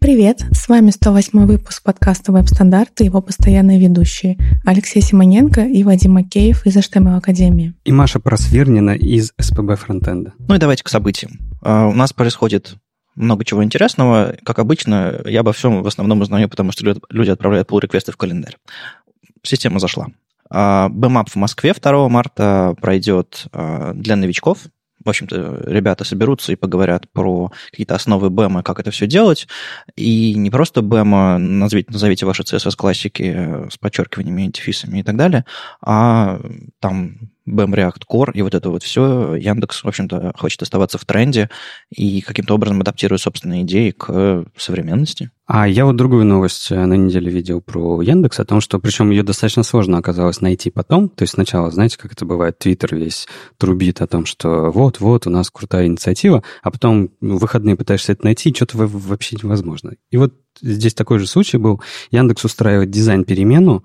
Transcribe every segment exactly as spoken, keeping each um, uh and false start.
Привет, с вами сто восьмой выпуск подкаста «Веб-стандарты» и его постоянные ведущие Алексей Симоненко и Вадим Макеев из эйч ти эм эл Академии. И Маша Просвирнина из эс пи би Фронтенда. Ну и давайте к событиям. У нас происходит много чего интересного. Как обычно, я обо всем в основном узнаю, потому что люди отправляют pull-реквесты в календарь. Система зашла. Бэм-ап в Москве второго марта пройдет для новичков. В общем-то, ребята соберутся и поговорят про какие-то основы бэма, как это все делать. И не просто бэма, назовите, назовите ваши си эс эс-классики с подчеркиваниями, дефисами и так далее, а там бэм, React Core и вот это вот все. Яндекс, в общем-то, хочет оставаться в тренде и каким-то образом адаптирует собственные идеи к современности. А я вот другую новость на неделе видел про Яндекс, о том, что, причем ее достаточно сложно оказалось найти потом. То есть сначала, знаете, как это бывает, Твиттер весь трубит о том, что вот-вот, у нас крутая инициатива, а потом в выходные пытаешься это найти, и что-то вообще невозможно. И вот здесь такой же случай был. Яндекс устраивает дизайн-перемену,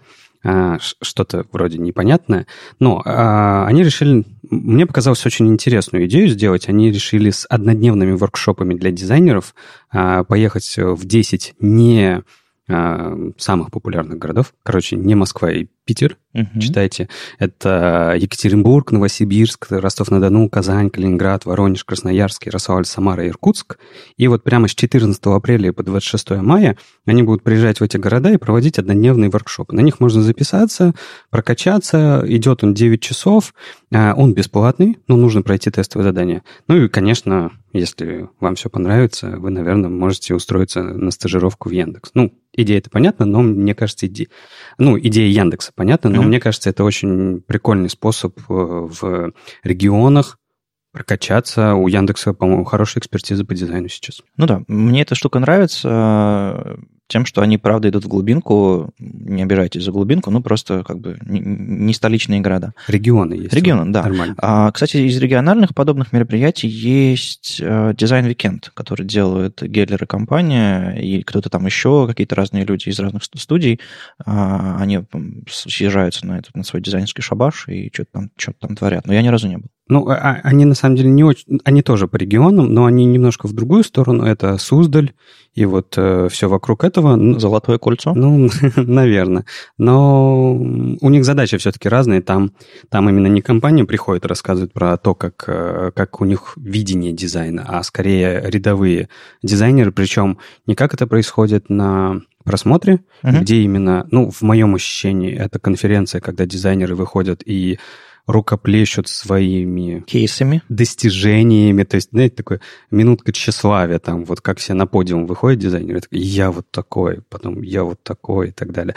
что-то вроде непонятное, но а, они решили, мне показалось очень интересную идею сделать, они решили с однодневными воркшопами для дизайнеров а, поехать в десять не а, самых популярных городов, короче, не Москва и Питер, uh-huh. читайте, это Екатеринбург, Новосибирск, Ростов-на-Дону, Казань, Калининград, Воронеж, Красноярск, Ярославль, Самара, Иркутск. И вот прямо с четырнадцатого апреля по двадцать шестого мая они будут приезжать в эти города и проводить однодневные воркшопы. На них можно записаться, прокачаться, идет он девять часов, он бесплатный, но нужно пройти тестовое задание. Ну и, конечно, если вам все понравится, вы, наверное, можете устроиться на стажировку в Яндекс. Ну, идея-то понятна, но мне кажется, идея... Ну, идея Яндекса понятно, но mm-hmm. мне кажется, это очень прикольный способ в регионах прокачаться. У Яндекса, по-моему, хорошая экспертиза по дизайну сейчас. Ну да, мне эта штука нравится тем, что они, правда, идут в глубинку. Не обижайтесь за глубинку, ну просто как бы не столичные города. Регионы есть. Регионы, да. Нормально. А, кстати, из региональных подобных мероприятий есть Design Weekend, который делает Геллер и компания, и кто-то там еще, какие-то разные люди из разных студий. А, они съезжаются на, этот, на свой дизайнерский шабаш и что-то там, что-то там творят. Но я ни разу не был. Ну, они на самом деле не очень... Они тоже по регионам, но они немножко в другую сторону. Это Суздаль, и вот э, все вокруг этого. Золотое кольцо? Ну, наверное. Но у них задачи все-таки разные. Там, там именно не компания приходит и рассказывает про то, как, как у них видение дизайна, а скорее рядовые дизайнеры. Причем не как это происходит на просмотре, uh-huh. где именно... Ну, в моем ощущении, это конференция, когда дизайнеры выходят и рукоплещут своими кейсами, достижениями, то есть, знаете, такое минутка тщеславия, там, вот как все на подиум выходят дизайнеры, такой, я вот такой, потом я вот такой и так далее.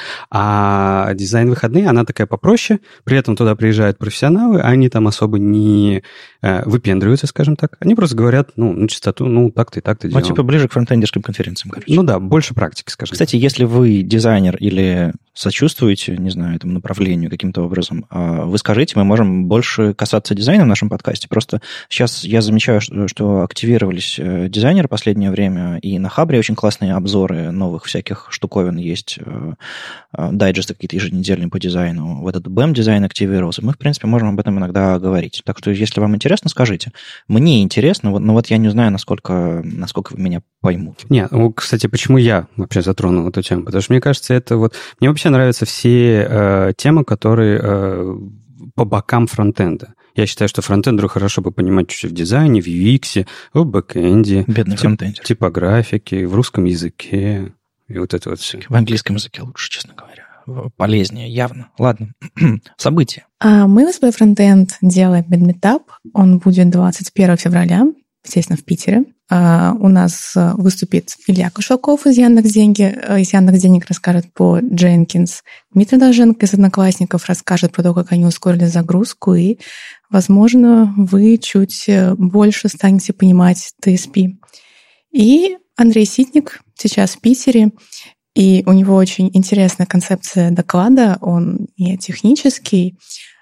А дизайн-выходные, она такая попроще, при этом туда приезжают профессионалы, они там особо не э, выпендриваются, скажем так, они просто говорят, ну, на чистоту, ну, так-то и так-то делаем. Ну, типа ближе к фронтендерским конференциям, короче. Ну да, больше практики, скажем Кстати, так. Если вы дизайнер или сочувствуете, не знаю, этому направлению каким-то образом, вы скажите, мы можем больше касаться дизайна в нашем подкасте. Просто сейчас я замечаю, что, что активировались дизайнеры в последнее время, и на Хабре очень классные обзоры новых всяких штуковин есть, дайджесты какие-то еженедельные по дизайну. Вот этот бэм-дизайн активировался. Мы, в принципе, можем об этом иногда говорить. Так что, если вам интересно, скажите. Мне интересно, но вот я не знаю, насколько, насколько вы меня поймут. Нет, ну, кстати, почему я вообще затронул эту тему? Потому что, мне кажется, это вот... Мне вообще нравятся все э, темы, которые э, по бокам фронтенда. Я считаю, что фронтендеру хорошо бы понимать чуть-чуть в дизайне, в ю экс, в бэкэнде, Бедный в фронтендер. типографике, в русском языке и вот это вот все. В английском языке лучше, честно говоря. Полезнее, явно. Ладно. События. А мы в эс пи би Фронтенд делаем медмитап. Он будет двадцать первого февраля, естественно, в Питере. Uh, у нас выступит Илья Кушаков из Яндекс.Деньги, из Яндекс.Денег расскажет по Jenkins. Дмитрий Долженко из Одноклассников расскажет про то, как они ускорили загрузку, и, возможно, вы чуть больше станете понимать ти эс пи. И Андрей Ситник сейчас в Питере, и у него очень интересная концепция доклада, он не технический,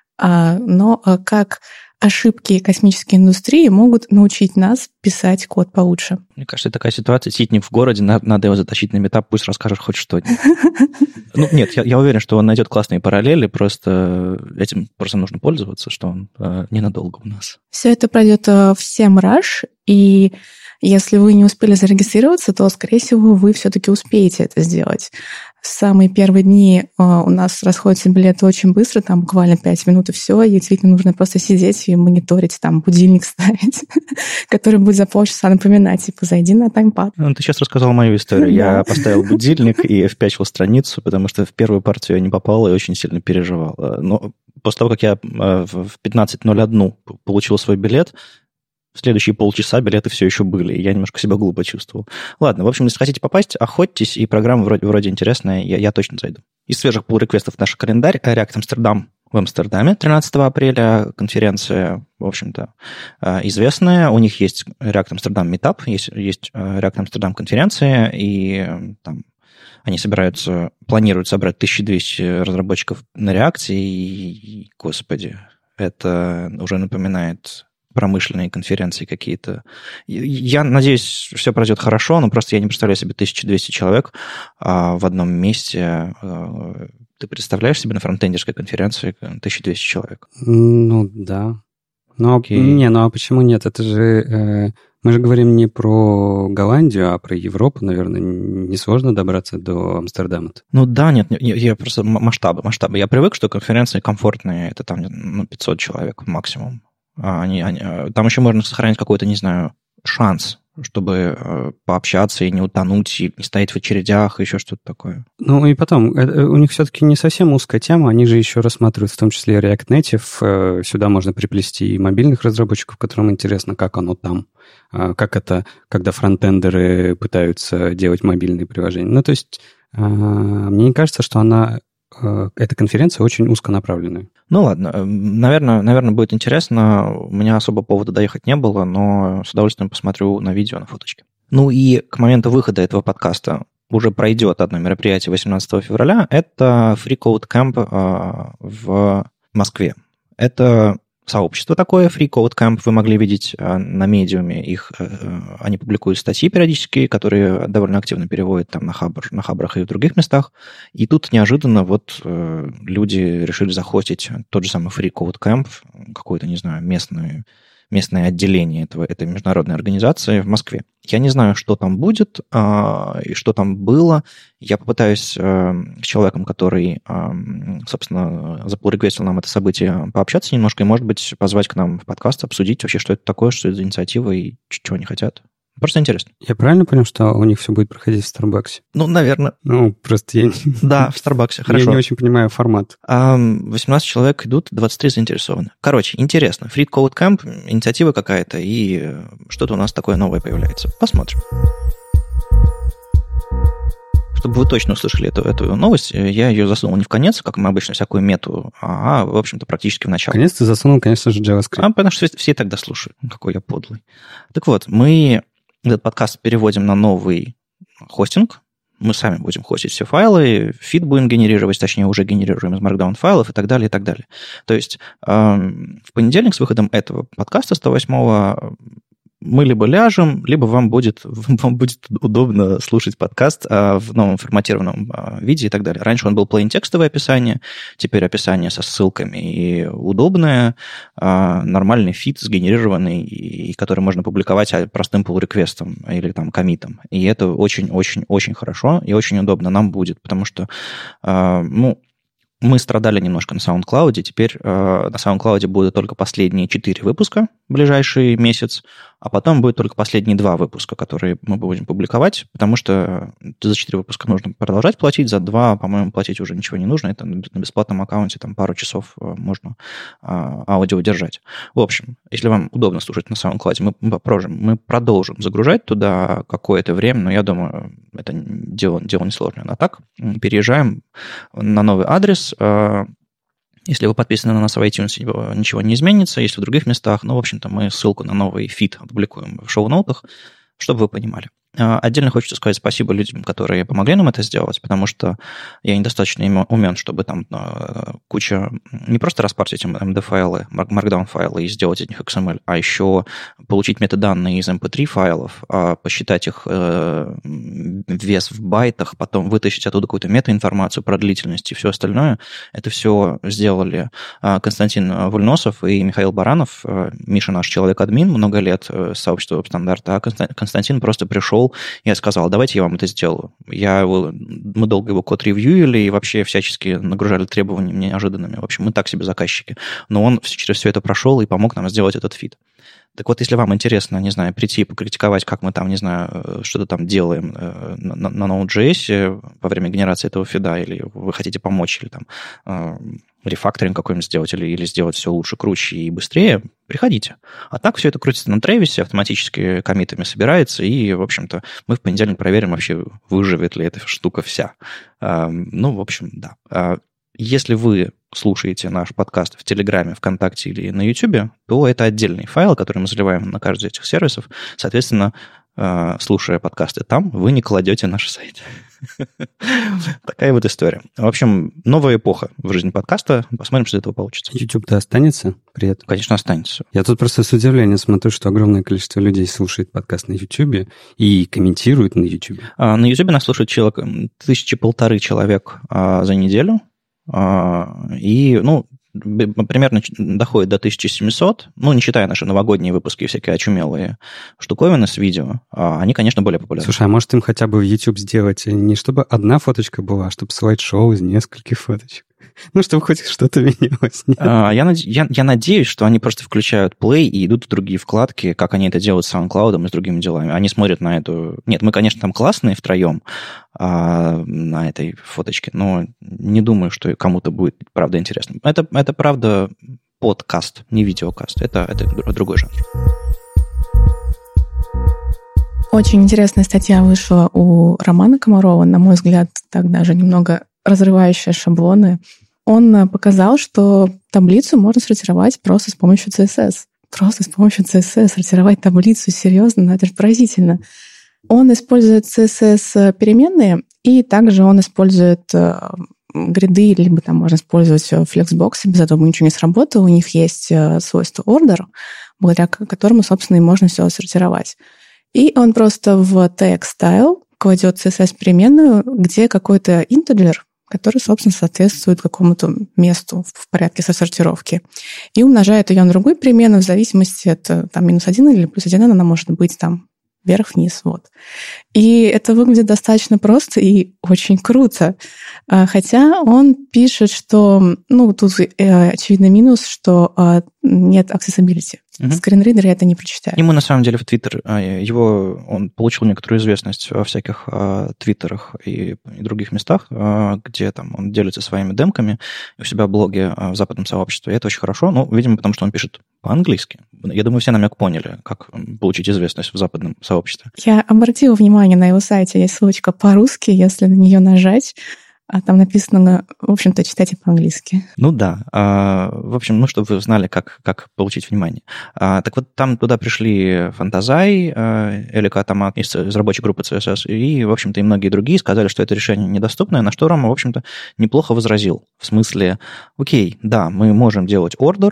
но как ошибки космической индустрии могут научить нас писать код получше. Мне кажется, такая ситуация. Ситник в городе, надо, надо его затащить на метап, пусть расскажет хоть что-нибудь. Ну, нет, я, я уверен, что он найдет классные параллели, просто этим просто нужно пользоваться, что он э, ненадолго у нас. Все это пройдет в семь раш, и Если вы не успели зарегистрироваться, то, скорее всего, вы все-таки успеете это сделать. В самые первые дни у нас расходятся билеты очень быстро, там буквально пять минут и все, и действительно нужно просто сидеть и мониторить, там будильник ставить, который будет за полчаса напоминать, типа, зайди на таймпад. Ну, ты сейчас рассказал мою историю. Я поставил будильник и впячил страницу, потому что в первую партию я не попал и очень сильно переживал. Но после того, как я в пятнадцать ноль один получил свой билет, в следующие полчаса билеты все еще были, и я немножко себя глупо чувствовал. Ладно, в общем, если хотите попасть, охотьтесь, и программа вроде, вроде интересная, я, я точно зайду. Из свежих pull-реквестов наш календарь React Amsterdam в Амстердаме тринадцатого апреля. Конференция, в общем-то, известная. У них есть React Amsterdam Meetup, есть, есть React Amsterdam конференция, и там они собираются, планируют собрать тысячу двести разработчиков на реакции, и, господи, это уже напоминает промышленные конференции какие-то. Я надеюсь, все пройдет хорошо, но просто я не представляю себе тысячу двести человек а, в одном месте. Ты представляешь себе на фронтендерской конференции тысячу двести человек? Ну, да. Ну, okay. Не, ну а почему нет? Это же... Э, мы же говорим не про Голландию, а про Европу, наверное. Несложно добраться до Амстердама. Ну да, нет, я, я просто масштабы, масштабы. Я привык, что конференции комфортные, это там ну, пятьсот человек максимум. Они, они, там еще можно сохранить какой-то, не знаю, шанс, чтобы пообщаться и не утонуть, и не стоять в очередях, и еще что-то такое. Ну и потом, у них все-таки не совсем узкая тема, они же еще рассматривают в том числе React Native, сюда можно приплести и мобильных разработчиков, которым интересно, как оно там, как это, когда фронтендеры пытаются делать мобильные приложения. Ну то есть мне не кажется, что она... эта конференция очень узконаправленная. Ну ладно, наверное, наверное, будет интересно. У меня особо повода доехать не было, но с удовольствием посмотрю на видео, на фоточки. Ну и к моменту выхода этого подкаста уже пройдет одно мероприятие восемнадцатого февраля. Это Free Code Camp в Москве. Это сообщество такое, Free Code Camp, вы могли видеть на медиуме их, они публикуют статьи периодически, которые довольно активно переводят там на, хабр, на хабрах и в других местах, и тут неожиданно вот люди решили захостить тот же самый Free Code Camp, какое-то, не знаю, местное, местное отделение этого, этой международной организации в Москве. Я не знаю, что там будет и что там было. Я попытаюсь с человеком, который, собственно, запулл-реквестил нам это событие, пообщаться немножко и, может быть, позвать к нам в подкаст, обсудить вообще, что это такое, что это за инициатива и чего они хотят. Просто интересно. Я правильно понял, что у них все будет проходить в Старбаксе? Ну, наверное. Ну, просто я... Да, в Старбаксе, хорошо. Я не очень понимаю формат. восемнадцать человек идут, двадцать три заинтересованы. Короче, интересно. Free Code Camp, инициатива какая-то, и что-то у нас такое новое появляется. Посмотрим. Чтобы вы точно услышали эту, эту новость, я ее засунул не в конец, как мы обычно всякую мету, а, в общем-то, практически в начало. В конец ты засунул, конечно же, JavaScript. А, потому что все, все тогда слушают. Какой я подлый. Так вот, мы этот подкаст переводим на новый хостинг. Мы сами будем хостить все файлы, фид будем генерировать, точнее, уже генерируем из Markdown файлов и так далее, и так далее. То есть э, в понедельник с выходом этого подкаста сто восьмого мы либо ляжем, либо вам будет, вам будет удобно слушать подкаст а, в новом форматированном а, виде и так далее. Раньше он был plain-текстовое описание, теперь описание со ссылками и удобное, а, нормальный фид, сгенерированный, и, и который можно публиковать простым pull-реквестом или там коммитом. И это очень-очень-очень хорошо и очень удобно нам будет, потому что, а, ну, мы страдали немножко на SoundCloud, теперь э, на SoundCloud будут только последние четыре выпуска в ближайший месяц, а потом будет только последние два выпуска, которые мы будем публиковать, потому что за четыре выпуска нужно продолжать платить, за два, по-моему, платить уже ничего не нужно, это на бесплатном аккаунте там пару часов можно э, аудио держать. В общем, если вам удобно слушать на SoundCloud, мы, мы, продолжим, мы продолжим загружать туда какое-то время, но я думаю, это дело, дело несложное. А так, переезжаем на новый адрес. Если вы подписаны на нас в iTunes, ничего не изменится. Если в других местах, ну, в общем-то, мы ссылку на новый фид опубликуем в шоу-ноутах, чтобы вы понимали. Отдельно хочется сказать спасибо людям, которые помогли нам это сделать, потому что я недостаточно умен, чтобы там куча... Не просто распарсить эм ди-файлы, Markdown-файлы и сделать из них икс эм эль, а еще получить метаданные из эм пи три файлов, посчитать их вес в байтах, потом вытащить оттуда какую-то метаинформацию про длительность и все остальное. Это все сделали Константин Вульносов и Михаил Баранов. Миша наш человек-админ, много лет сообщества веб-стандарта, а Константин просто пришел. Я сказал, давайте я вам это сделаю. Я его, мы долго его код ревьюили и вообще всячески нагружали требованиями неожиданными. В общем, мы так себе заказчики. Но он через все это прошел и помог нам сделать этот фид. Так вот, если вам интересно, не знаю, прийти и покритиковать, как мы там, не знаю, что-то там делаем на, на Node.js во время генерации этого фида, или вы хотите помочь, или там рефакторинг какой-нибудь сделать, или, или сделать все лучше, круче и быстрее, приходите. А так все это крутится на Тревисе, автоматически коммитами собирается, и, в общем-то, мы в понедельник проверим вообще, выживет ли эта штука вся. Ну, в общем, да. Если вы слушаете наш подкаст в Телеграме, ВКонтакте или на Ютубе, то это отдельный файл, который мы заливаем на каждый из этих сервисов. Соответственно, слушая подкасты там, вы не кладете наш сайт. Такая вот история. В общем, новая эпоха в жизни подкаста. Посмотрим, что из этого получится. YouTube-то останется при этом? Конечно, останется. Я тут просто с удивлением смотрю, что огромное количество людей слушает подкаст на YouTube и комментирует на YouTube. А, на YouTube нас слушает человек, тысячи полторы человек а, за неделю. А, и, ну, примерно доходит до тысяча семьсот, ну, не считая наши новогодние выпуски, всякие очумелые штуковины с видео, они, конечно, более популярны. Слушай, а может им хотя бы в YouTube сделать не чтобы одна фоточка была, а чтобы слайд-шоу из нескольких фоточек? Ну, чтобы хоть что-то менялось. А, я, я, я надеюсь, что они просто включают Play и идут в другие вкладки, как они это делают с SoundCloud и с другими делами. Они смотрят на эту... Нет, мы, конечно, там классные втроем а, на этой фоточке, но не думаю, что кому-то будет, правда, интересно. Это, это правда, подкаст, не видеокаст. Это, это другой жанр. Очень интересная статья вышла у Романа Комарова, на мой взгляд, так даже немного разрывающая шаблоны. Он показал, что таблицу можно сортировать просто с помощью си эс эс. Просто с помощью си эс эс сортировать таблицу, серьезно, ну это же поразительно. Он использует си эс эс-переменные, и также он использует гриды, либо там можно использовать Flexbox, без этого бы ничего не сработало. У них есть свойство order, благодаря которому, собственно, и можно все сортировать. И он просто в tag-style кладет си эс эс-переменную, где какой-то интеджер, который, собственно, соответствует какому-то месту в порядке сортировки, и умножает ее на другую переменную в зависимости от там, минус один или плюс один, она может быть там вверх-вниз. Вот. И это выглядит достаточно просто и очень круто. Хотя он пишет, что, ну, тут очевидный минус, что нет accessibility. Угу. Скринридеры это не прочитают. Ему, на самом деле, в Твиттер, его, он получил некоторую известность во всяких а, твиттерах и, и других местах, а, где там он делится своими демками у себя в блоге а, в западном сообществе. И это очень хорошо, ну, видимо, потому что он пишет по-английски. Я думаю, все намек поняли, как получить известность в западном сообществе. Я обратила внимание, на его сайте есть ссылочка по-русски, если на нее нажать, а там написано, в общем-то, читайте по-английски. Ну да. А, в общем, ну, чтобы вы знали, как, как получить внимание. А, так вот, там туда пришли Фантазай, Элика Атамат из, из рабочей группы си эс эс, и, в общем-то, и многие другие сказали, что это решение недоступное, на что Рома, в общем-то, неплохо возразил. В смысле, окей, да, мы можем делать order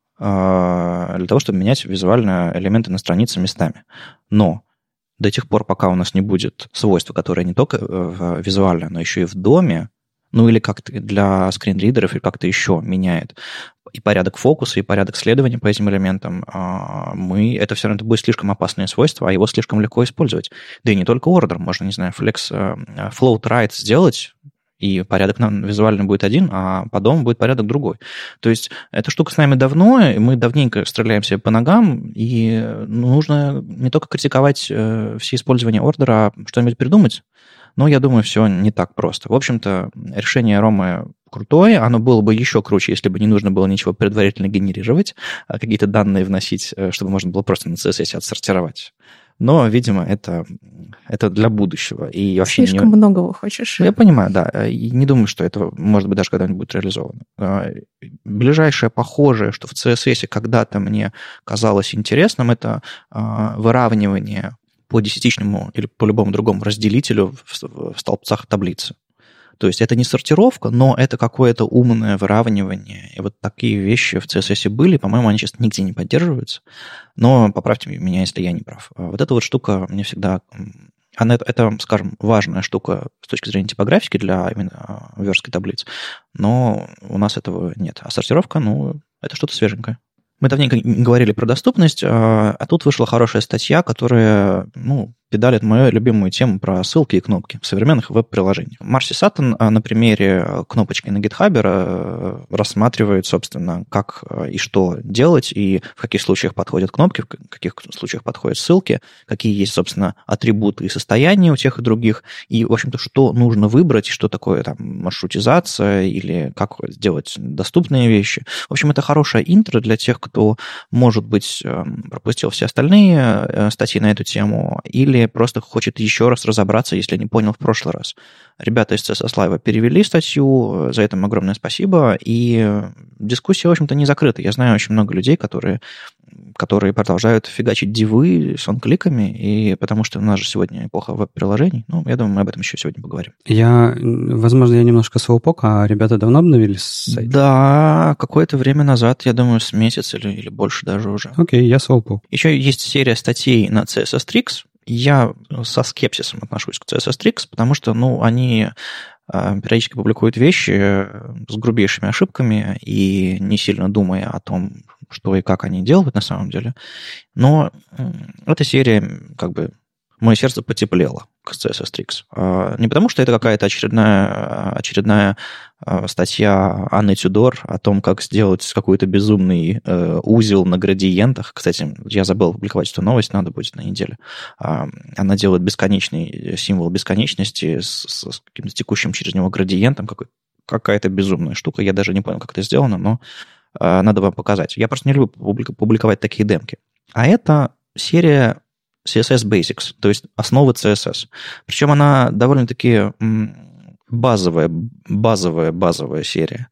а, для того, чтобы менять визуально элементы на странице местами. Но до тех пор, пока у нас не будет свойства, которое не только визуально, но еще и в доме, ну или как-то для скринридеров, или как-то еще меняет и порядок фокуса, и порядок следования по этим элементам, мы, это все равно будет слишком опасное свойство, а его слишком легко использовать. Да и не только order, можно, не знаю, flex, float right сделать, и порядок визуально будет один, а по дому будет порядок другой. То есть эта штука с нами давно, и мы давненько стреляем себе по ногам, и нужно не только критиковать все использование ордера, а что-нибудь придумать. Но я думаю, все не так просто. В общем-то, решение Ромы крутое, оно было бы еще круче, если бы не нужно было ничего предварительно генерировать, а какие-то данные вносить, чтобы можно было просто на си эс эс отсортировать. Но, видимо, это, это для будущего. И вообще слишком не... многого хочешь. Я понимаю, да. И не думаю, что это, может быть, даже когда-нибудь будет реализовано. Ближайшее похожее, что в си эс эс когда-то мне казалось интересным, это выравнивание по десятичному или по любому другому разделителю в столбцах таблицы. То есть это не сортировка, но это какое-то умное выравнивание. И вот такие вещи в си эс эс были. По-моему, они сейчас нигде не поддерживаются. Но поправьте меня, если я не прав. Вот эта вот штука мне всегда... Она, это, скажем, важная штука с точки зрения типографики для именно верстки таблиц. Но у нас этого нет. А сортировка, ну, это что-то свеженькое. Мы давненько не говорили про доступность, а тут вышла хорошая статья, которая, ну, педалит мою любимую тему про ссылки и кнопки в современных веб-приложениях. Марси Саттон на примере кнопочки на GitHub рассматривает, собственно, как и что делать, и в каких случаях подходят кнопки, в каких случаях подходят ссылки, какие есть, собственно, атрибуты и состояния у тех и других, и, в общем-то, что нужно выбрать, что такое там маршрутизация, или как сделать доступные вещи. В общем, это хорошая интро для тех, кто, может быть, пропустил все остальные статьи на эту тему, или просто хочет еще раз разобраться, если не понял в прошлый раз. Ребята из си эс эс Live перевели статью, за это им огромное спасибо, и дискуссия, в общем-то, не закрыта. Я знаю очень много людей, которые, которые продолжают фигачить дивы с онкликами, и потому что у нас же сегодня эпоха веб-приложений. Ну, я думаю, мы об этом еще сегодня поговорим. Я, возможно, я немножко слоупок, а ребята давно обновили сайт? Да, какое-то время назад, я думаю, с месяца или, или больше даже уже. Окей, я слоупок. Еще есть серия статей на си эс эс Tricks. Я со скепсисом отношусь к си эс эс Tricks, потому что, ну, они периодически публикуют вещи с грубейшими ошибками и не сильно думая о том, что и как они делают на самом деле. Но эта серия, как бы, мое сердце потеплело к си эс эс Tricks. Не потому, что это какая-то очередная, очередная статья Анны Тюдор о том, как сделать какой-то безумный узел на градиентах. Кстати, я забыл опубликовать эту новость, надо будет на неделе. Она делает бесконечный символ бесконечности с, с каким-то текущим через него градиентом. Какой, какая-то безумная штука. Я даже не понял, как это сделано, но надо вам показать. Я просто не люблю публиковать такие демки. А это серия си эс эс Basics, то есть основы си эс эс. Причем она довольно-таки базовая, базовая, базовая серия.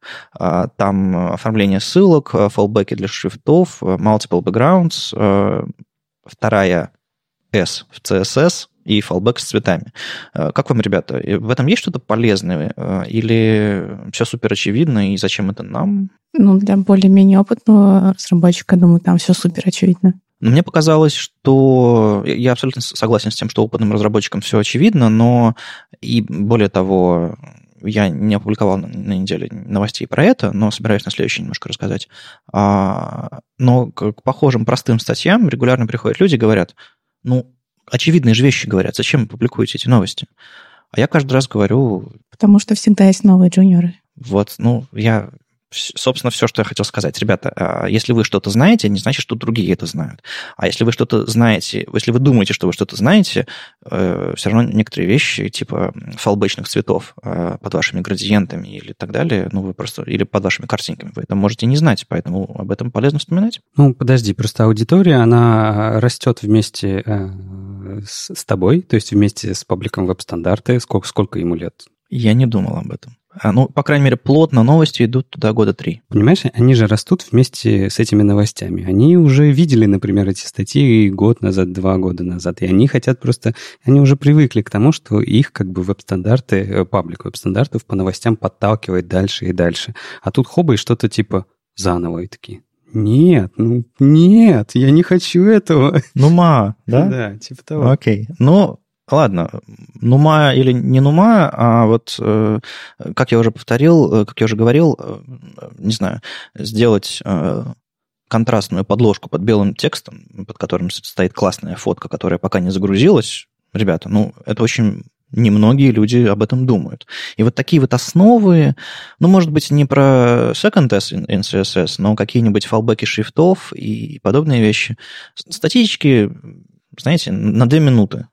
Там оформление ссылок, фаллбеки для шрифтов, multiple backgrounds, вторая S в си эс эс и фаллбэк с цветами. Как вам, ребята, в этом есть что-то полезное? Или все супер очевидно, и зачем это нам? Ну, для более-менее опытного разработчика, думаю, там все супер очевидно. Но мне показалось, что... Я абсолютно согласен с тем, что опытным разработчикам все очевидно, но и более того, я не опубликовал на неделе новостей про это, но собираюсь на следующий немножко рассказать. Но к похожим простым статьям регулярно приходят люди и говорят, ну, очевидные же вещи говорят, зачем вы публикуете эти новости? А я каждый раз говорю... Потому что всегда есть новые джуниоры. Вот, ну, я... Собственно, все, что я хотел сказать. Ребята, если вы что-то знаете, не значит, что другие это знают. А если вы что-то знаете, если вы думаете, что вы что-то знаете, все равно некоторые вещи, типа фаллбэчных цветов под вашими градиентами или так далее, ну, вы просто, или под вашими картинками, вы это можете не знать, поэтому об этом полезно вспоминать. Ну, подожди, просто аудитория, она растет вместе с, с тобой, то есть вместе с пабликом веб-стандарты. Сколько, сколько ему лет? Я не думал об этом. Ну, по крайней мере, плотно новости идут туда года три. Понимаешь, они же растут вместе с этими новостями. Они уже видели, например, эти статьи год назад, два года назад, и они хотят просто... Они уже привыкли к тому, что их как бы веб-стандарты, паблик веб-стандартов по новостям подталкивает дальше и дальше. А тут хоба и что-то типа заново и такие... Нет, ну нет, я не хочу этого. Нума, да? Да, типа того. Окей, ну... Ладно, нума или не нума, а вот, э, как я уже повторил, как я уже говорил, э, не знаю, сделать э, контрастную подложку под белым текстом, под которым стоит классная фотка, которая пока не загрузилась, ребята, ну, это очень... Немногие люди об этом думают. И вот такие вот основы, ну, может быть, не про second S in си эс эс, но какие-нибудь фаллбеки шрифтов и подобные вещи. Статички, знаете, на две минуты.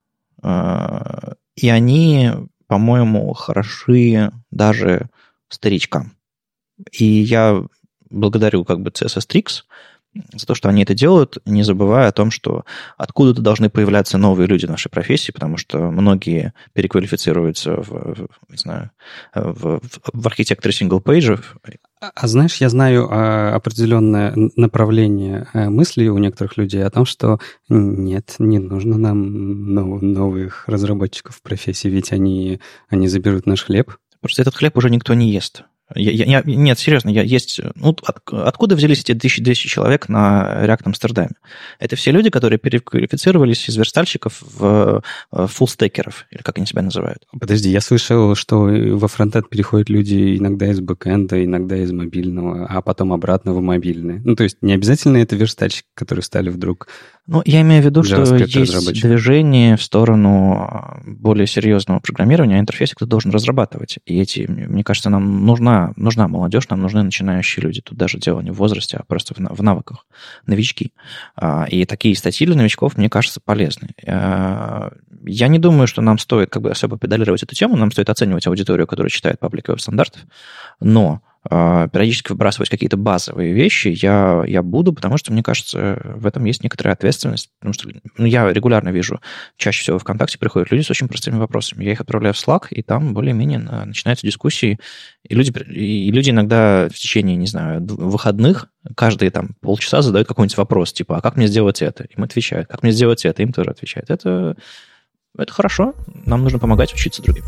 И они, по-моему, хороши даже старичкам. И я благодарю как бы си эс эс Tricks за то, что они это делают, не забывая о том, что откуда-то должны появляться новые люди в нашей профессии, потому что многие переквалифицируются в, в, не знаю, в, в архитекторы сингл-пейджев. А, а знаешь, я знаю а, определенное направление а, мыслей у некоторых людей о том, что нет, не нужно нам нов, новых разработчиков в профессии, ведь они, они заберут наш хлеб. Просто этот хлеб уже никто не ест. Я, я, нет, серьезно, я есть... Ну, от, откуда взялись эти тысяча двести человек на React Амстердаме? Это все люди, которые переквалифицировались из верстальщиков в фуллстекеров, или как они себя называют. Подожди, я слышал, что во фронтенд переходят люди иногда из бэкэнда, иногда из мобильного, а потом обратно в мобильное. Ну, то есть не обязательно это верстальщики, которые стали вдруг... Ну, я имею в виду, что есть движение в сторону более серьезного программирования, а интерфейсы кто должен разрабатывать. И эти, мне кажется, нам нужна, нужна молодежь, нам нужны начинающие люди. Тут даже дело не в возрасте, а просто в навыках. Новички. И такие статьи для новичков, мне кажется, полезны. Я не думаю, что нам стоит как бы особо педалировать эту тему, нам стоит оценивать аудиторию, которая читает паблик веб-стандартов, но периодически выбрасывать какие-то базовые вещи я, я буду, потому что, мне кажется, в этом есть некоторая ответственность. Потому что ну, я регулярно вижу, чаще всего ВКонтакте приходят люди с очень простыми вопросами. Я их отправляю в Slack, и там более-менее начинаются дискуссии. И люди, и люди иногда в течение, не знаю, выходных каждые там полчаса задают какой-нибудь вопрос, типа, а как мне сделать это? Им отвечают. Как мне сделать это? Им тоже отвечают. Это, это хорошо. Нам нужно помогать учиться другим.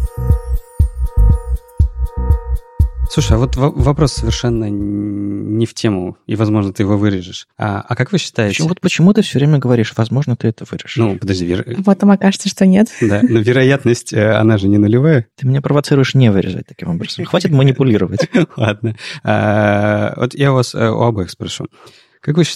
Слушай, а вот вопрос совершенно не в тему, и, возможно, ты его вырежешь. А, а как вы считаете... Почему, вот почему ты все время говоришь, возможно, ты это вырежешь? Ну, подожди. Вер... А потом окажется, что нет. Да, но вероятность, она же не нулевая. Ты меня провоцируешь не вырезать таким образом. Хватит манипулировать. Ладно. Вот я у вас у обоих спрошу. Как вы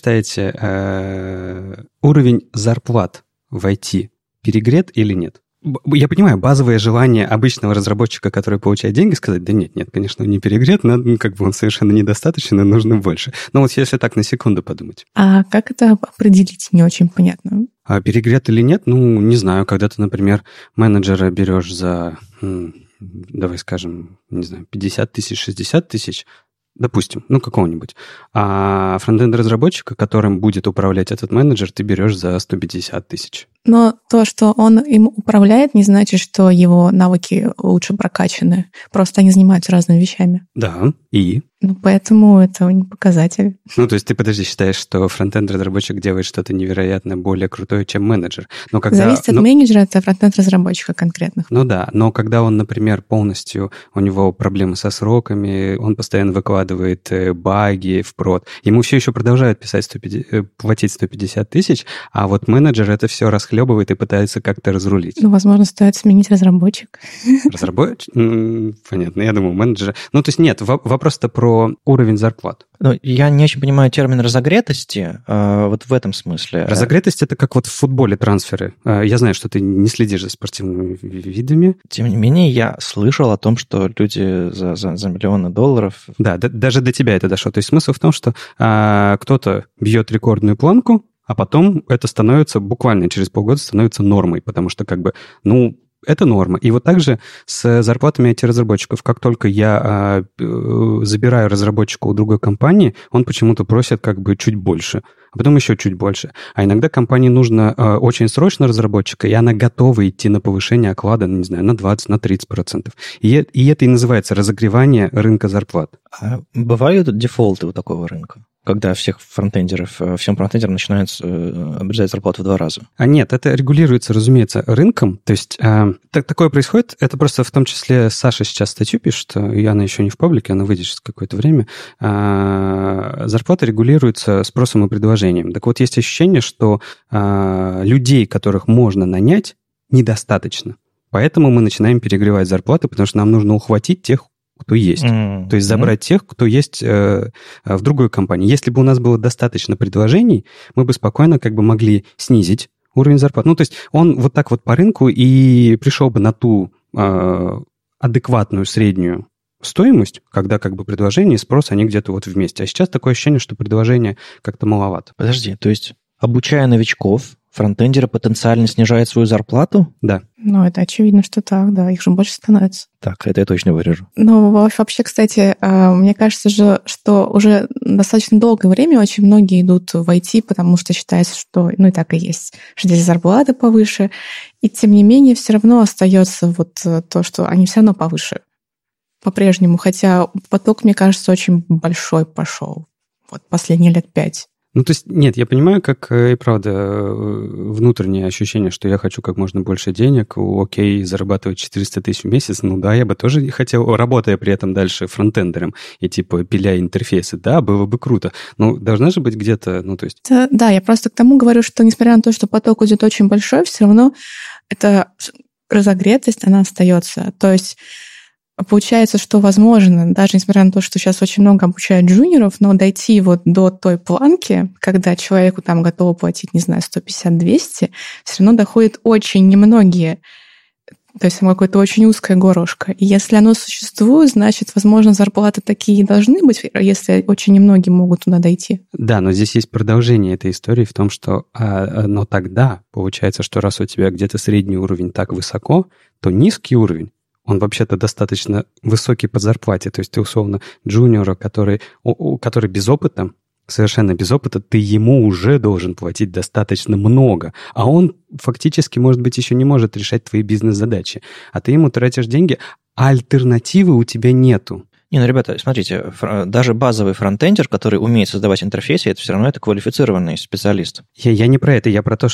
считаете, уровень зарплат в ай ти перегрет или нет? Я понимаю, базовое желание обычного разработчика, который получает деньги, сказать, да нет, нет, конечно, он не перегрет, но ну, как бы он совершенно недостаточен, и нужно больше. Но вот если так на секунду подумать. А как это определить, не очень понятно. А перегрет или нет, ну, не знаю, когда ты, например, менеджера берешь за, давай скажем, не знаю, пятьдесят тысяч, шестьдесят тысяч, допустим, ну, какого-нибудь. А фронтенд-разработчика, которым будет управлять этот менеджер, ты берешь за сто пятьдесят тысяч. Но то, что он им управляет, не значит, что его навыки лучше прокачаны. Просто они занимаются разными вещами. Да, и? Ну, поэтому это не показатель. Ну, то есть ты, подожди, считаешь, что фронтенд-разработчик делает что-то невероятно более крутое, чем менеджер. Но когда... Зависит ну... от менеджера, от фронтенд-разработчика конкретных. Ну да, но когда он, например, полностью, у него проблемы со сроками, он постоянно выкладывает баги в прод, ему все еще продолжают писать сто пятьдесят, платить сто пятьдесят тысяч, а вот менеджер это все расхлебывает и пытается как-то разрулить. Ну, возможно, стоит сменить разработчик. Разработчик? Понятно, я думаю, менеджера. Ну, то есть нет, вопрос-то про уровень зарплат. Ну, я не очень понимаю термин разогретости э, вот в этом смысле. Разогретость – это как вот в футболе трансферы. Я знаю, что ты не следишь за спортивными видами. Тем не менее, я слышал о том, что люди за, за, за миллионы долларов... Да, да, даже до тебя это дошло. То есть смысл в том, что а, кто-то бьет рекордную планку, а потом это становится буквально через полгода становится нормой, потому что как бы, ну, это норма. И вот так же с зарплатами ай ти-разработчиков. Как только я а, забираю разработчика у другой компании, он почему-то просит как бы чуть больше, а потом еще чуть больше. А иногда компании нужно а, очень срочно разработчика, и она готова идти на повышение оклада, не знаю, на двадцать, на тридцать процентов. И, и это и называется разогревание рынка зарплат. А бывают дефолты у такого рынка? Когда всех фронтендеров, всем фронтендерам начинают обрезать зарплату в два раза? А нет, это регулируется, разумеется, рынком. То есть э, так, такое происходит. Это просто в том числе Саша сейчас статью пишет, и она еще не в паблике, она выйдет через какое-то время. Э, зарплата регулируется спросом и предложением. Так вот, есть ощущение, что э, людей, которых можно нанять, недостаточно. Поэтому мы начинаем перегревать зарплаты, потому что нам нужно ухватить тех, кто есть. Mm-hmm. То есть забрать тех, кто есть э, в другой компании. Если бы у нас было достаточно предложений, мы бы спокойно как бы могли снизить уровень зарплат. Ну, то есть он вот так вот по рынку и пришел бы на ту э, адекватную среднюю стоимость, когда как бы предложение и спрос, они где-то вот вместе. А сейчас такое ощущение, что предложение как-то маловато. Подожди, то есть обучая новичков, фронтендеры потенциально снижают свою зарплату? Да. Ну, это очевидно, что так, да, их же больше становится. Так, это я точно вырежу. Ну, вообще, кстати, мне кажется же, что уже достаточно долгое время очень многие идут в ай ти, потому что считается, что, ну и так и есть, что здесь зарплата повыше, и тем не менее все равно остается вот то, что они все равно повыше по-прежнему, хотя поток, мне кажется, очень большой пошел вот последние лет пять. Ну, то есть, нет, я понимаю, как и правда внутреннее ощущение, что я хочу как можно больше денег, окей, зарабатывать четыреста тысяч в месяц, ну да, я бы тоже хотел, работая при этом дальше фронтендером и типа пиляя интерфейсы, да, было бы круто, но должна же быть где-то, ну, то есть... Да, да, я просто к тому говорю, что несмотря на то, что поток идет очень большой, все равно эта разогретость, она остается, то есть... Получается, что возможно, даже несмотря на то, что сейчас очень много обучают джуниоров, но дойти вот до той планки, когда человеку там готовы платить, не знаю, сто пятьдесят - двести, все равно доходят очень немногие. То есть там какое-то очень узкое горлышко. И если оно существует, значит, возможно, зарплаты такие и должны быть, если очень немногие могут туда дойти. Да, но здесь есть продолжение этой истории в том, что а, но тогда получается, что раз у тебя где-то средний уровень так высоко, то низкий уровень, он вообще-то достаточно высокий по зарплате. То есть ты, условно, джуниора, который, который без опыта, совершенно без опыта, ты ему уже должен платить достаточно много. А он фактически, может быть, еще не может решать твои бизнес-задачи. А ты ему тратишь деньги, а альтернативы у тебя нету. Не, ну, ребята, смотрите, даже базовый фронтендер, который умеет создавать интерфейсы, это все равно это квалифицированный специалист. Я, я не про это, я про то,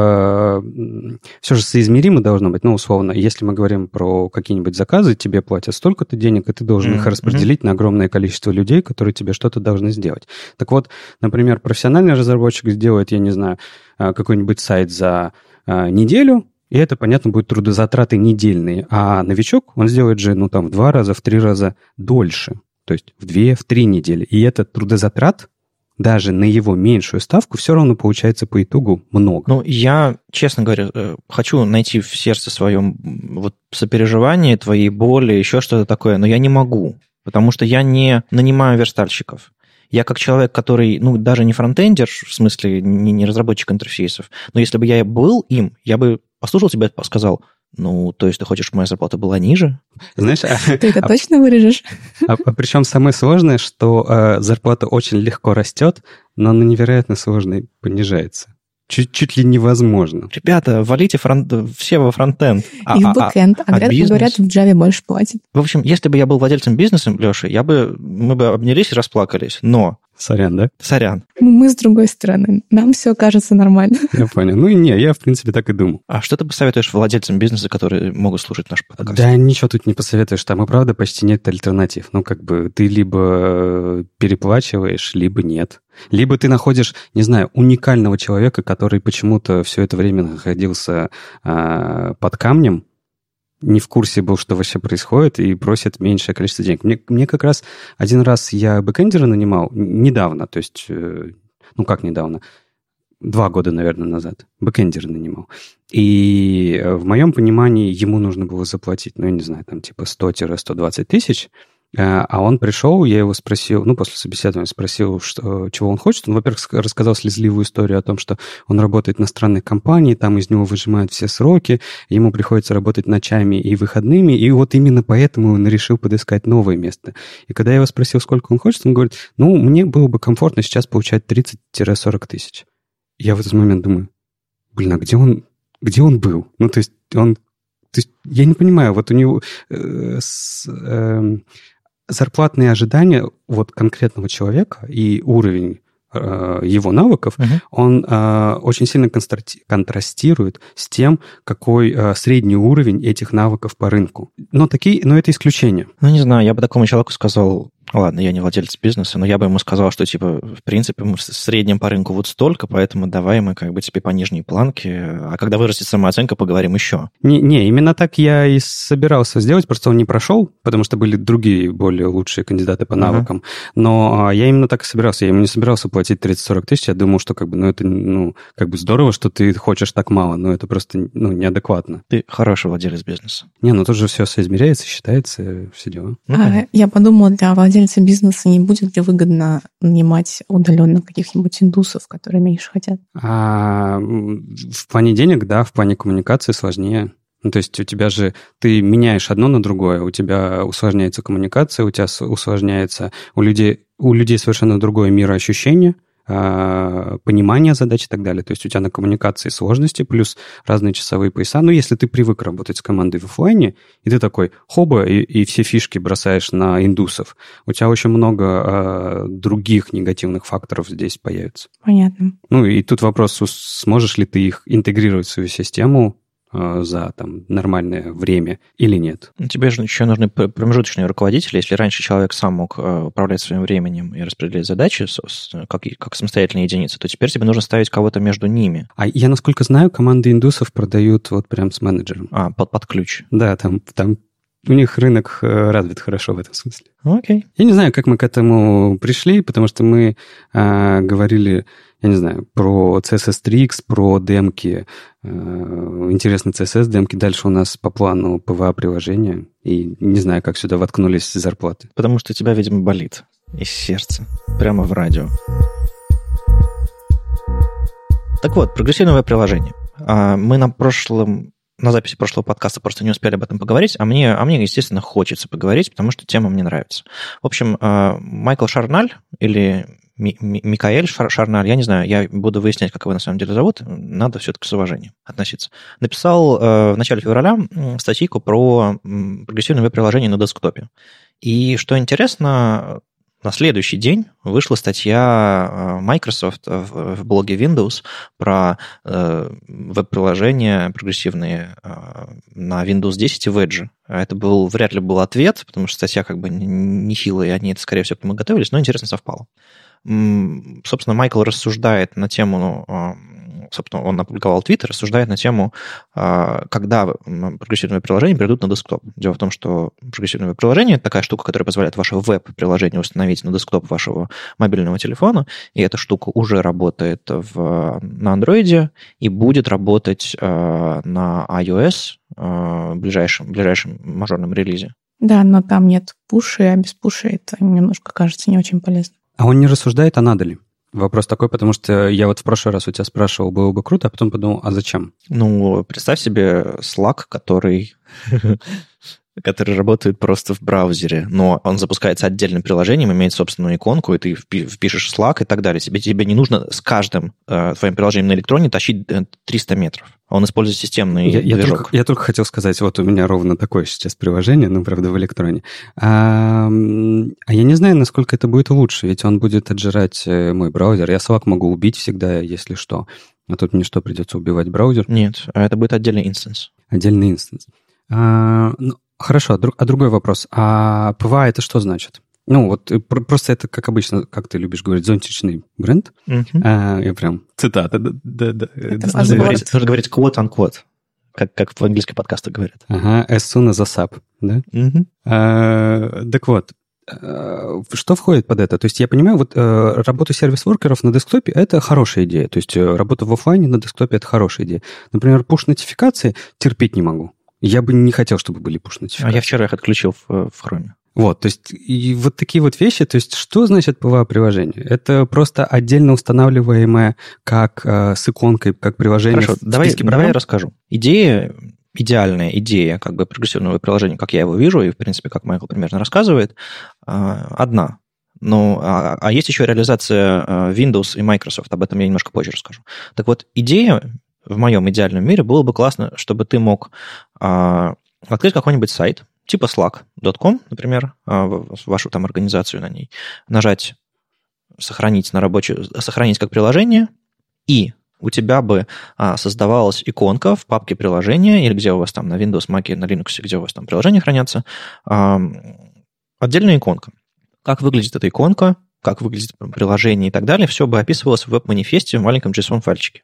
что э, все же соизмеримо должно быть. Ну, условно, если мы говорим про какие-нибудь заказы, тебе платят столько-то денег, и ты должен mm-hmm. их распределить на огромное количество людей, которые тебе что-то должны сделать. Так вот, например, профессиональный разработчик сделает, я не знаю, какой-нибудь сайт за э, неделю, и это, понятно, будут трудозатраты недельные. А новичок, он сделает же, ну, там, в два раза, в три раза дольше. То есть в две, в три недели. И этот трудозатрат, даже на его меньшую ставку, все равно получается по итогу много. Ну, я, честно говоря, хочу найти в сердце своем вот сопереживание, твои боли, еще что-то такое, но я не могу, потому что я не нанимаю верстальщиков. Я как человек, который, ну, даже не фронтендер, в смысле, не, не разработчик интерфейсов, но если бы я был им, я бы послушал тебя и сказал, ну, то есть ты хочешь, чтобы моя зарплата была ниже? Знаешь, ты это а, точно вырежешь? А, а причем самое сложное, что а, зарплата очень легко растет, но она невероятно сложно понижается. Чуть, чуть ли невозможно. Ребята, валите фронт, все во фронтенд. И в бэкэнд. А, а, а говорят, говорят, в Java больше платят. В общем, если бы я был владельцем бизнеса, Леша, я бы, мы бы обнялись и расплакались. Но... Сорян, да? Сорян. Мы с другой стороны. Нам все кажется нормально. Я понял. Ну и не, я, в принципе, так и думал. А что ты посоветуешь владельцам бизнеса, которые могут слушать наш подкаст? Да ничего тут не посоветуешь. Там и правда почти нет альтернатив. Ну, как бы ты либо переплачиваешь, либо нет. Либо ты находишь, не знаю, уникального человека, который почему-то все это время находился а, под камнем, не в курсе был, что вообще происходит, и просит меньшее количество денег. Мне, мне как раз один раз я бэкэндера нанимал недавно, то есть, ну как недавно, два года, наверное, назад бэкэндера нанимал. И в моем понимании ему нужно было заплатить, ну, я не знаю, там типа сто - сто двадцать тысяч, а он пришел, я его спросил, ну, после собеседования спросил, что, чего он хочет. Он, во-первых, рассказал слезливую историю о том, что он работает на странной компании, там из него выжимают все сроки, ему приходится работать ночами и выходными, и вот именно поэтому он решил подыскать новое место. И когда я его спросил, сколько он хочет, он говорит, ну, мне было бы комфортно сейчас получать тридцать - сорок тысяч. Я в этот момент думаю, блин, а где он, где он был? Ну, то есть он... То есть я не понимаю, вот у него... Э, с, э, зарплатные ожидания вот конкретного человека и уровень э, его навыков, uh-huh. он э, очень сильно контрастирует с тем, какой э, средний уровень этих навыков по рынку. Но, такие, но это исключение. Ну, не знаю, я бы такому человеку сказал, ладно, я не владелец бизнеса, но я бы ему сказал, что, типа, в принципе, мы в среднем по рынку вот столько, поэтому давай мы как бы тебе по нижней планке, а когда вырастет самооценка, поговорим еще. Не, не, именно так я и собирался сделать, просто он не прошел, потому что были другие более лучшие кандидаты по навыкам, uh-huh. но я именно так и собирался, я ему не собирался платить тридцать - сорок тысяч, я думал, что как бы, ну, это, ну, как бы здорово, что ты хочешь так мало, но это просто, ну, неадекватно. Ты хороший владелец бизнеса. Не, ну тут же все соизмеряется, считается, все дела. А, я подумала, для владельца владельца бизнеса не будет ли выгодно нанимать удаленно каких-нибудь индусов, которые меньше хотят? А, в плане денег, да, в плане коммуникации сложнее. Ну, то есть у тебя же, ты меняешь одно на другое, у тебя усложняется коммуникация, у тебя усложняется, у людей, у людей совершенно другое мироощущение, понимание задач и так далее. То есть у тебя на коммуникации сложности, плюс разные часовые пояса. Но если ты привык работать с командой в офлайне, и ты такой хоба, и, и все фишки бросаешь на индусов, у тебя очень много а, других негативных факторов здесь появится. Понятно. Ну и тут вопрос, сможешь ли ты их интегрировать в свою систему за там, нормальное время или нет. Тебе же еще нужны промежуточные руководители. Если раньше человек сам мог управлять своим временем и распределять задачи как, как самостоятельные единицы, то теперь тебе нужно ставить кого-то между ними. А я, насколько знаю, команды индусов продают вот прям с менеджером. А, под, под ключ. Да, там, там у них рынок развит хорошо в этом смысле. Окей. Я не знаю, как мы к этому пришли, потому что мы а, говорили, я не знаю, про си эс эс три икс, про демки, э, интересные си эс эс-демки. Дальше у нас по плану пи ви эй-приложения. И не знаю, как сюда воткнулись зарплаты. Потому что у тебя, видимо, болит из сердца. Прямо в радио. Так вот, прогрессивное веб-приложение. Мы на прошлом... На записи прошлого подкаста просто не успели об этом поговорить, а мне, а мне, естественно, хочется поговорить, потому что тема мне нравится. В общем, Майкл Шарналь или Микаэль Шарналь, я не знаю, я буду выяснять, как его на самом деле зовут, надо все-таки с уважением относиться. Написал в начале февраля статейку про прогрессивное веб-приложение на десктопе. И что интересно, на следующий день вышла статья Microsoft в блоге Windows про веб-приложения прогрессивные на Windows десять и в Edge. Это был, вряд ли был ответ, потому что статья как бы нехилая, и они это, скорее всего, к нему готовились, но интересно совпало. Собственно, Майкл рассуждает на тему, собственно, он опубликовал твиттер, рассуждает на тему, когда прогрессивные приложения перейдут на десктоп. Дело в том, что прогрессивное приложение – это такая штука, которая позволяет ваше веб-приложение установить на десктоп вашего мобильного телефона, и эта штука уже работает в, на Android и будет работать на iOS в ближайшем, ближайшем мажорном релизе. Да, но там нет пуши, а без пуши это немножко кажется не очень полезно. А он не рассуждает, а надо ли? Вопрос такой, потому что я вот в прошлый раз у тебя спрашивал, было бы круто, а потом подумал, а зачем? Ну, представь себе Slack, который... который работает просто в браузере, но он запускается отдельным приложением, имеет собственную иконку, и ты впишешь Slack и так далее. Тебе, тебе не нужно с каждым э, твоим приложением на электроне тащить триста метров. Он использует системный я, движок. Я только, я только хотел сказать, вот у меня ровно такое сейчас приложение, ну, правда, в электроне. А, а я не знаю, насколько это будет лучше, ведь он будет отжирать мой браузер. Я Slack могу убить всегда, если что. А тут мне что, придется убивать браузер? Нет, это будет отдельный инстанс. Отдельный инстанс. А, ну, хорошо, а, друг, а другой вопрос. А пи ви эй это что значит? Ну, вот просто это, как обычно, как ты любишь говорить, зонтичный бренд. Uh-huh. А, я прям цитата. Да, да, да, нужно, говорить, нужно говорить quote-unquote, как, как в английских подкастах говорят. Ага, as soon as asap, да? Uh-huh. А, так вот, что входит под это? То есть я понимаю, вот работа сервис-воркеров на десктопе – это хорошая идея. То есть работа в офлайне на десктопе – это хорошая идея. Например, пуш-нотификации терпеть не могу. Я бы не хотел, чтобы были пуш-нотификации. А я вчера их отключил в, в Chrome. Вот, то есть и вот такие вот вещи, то есть что значит пи ви эй-приложение? Это просто отдельно устанавливаемое как э, с иконкой, как приложение. Хорошо, в давай, давай я расскажу. Идея, идеальная идея как бы прогрессивного приложения, как я его вижу, и, в принципе, как Майкл примерно рассказывает, э, одна. Ну, а, а есть еще реализация э, Windows и Microsoft, об этом я немножко позже расскажу. Так вот, идея в моем идеальном мире было бы классно, чтобы ты мог э, открыть какой-нибудь сайт, типа slack точка ком, например, вашу там организацию на ней, нажать «Сохранить на рабочую», «Сохранить как приложение», и у тебя бы создавалась иконка в папке приложения, или где у вас там на Windows, Mac, на Linux, где у вас там приложения хранятся, отдельная иконка. Как выглядит эта иконка, как выглядит приложение и так далее, все бы описывалось в веб-манифесте в маленьком JSON-файльчике.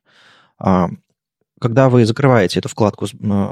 Когда вы закрываете эту вкладку с,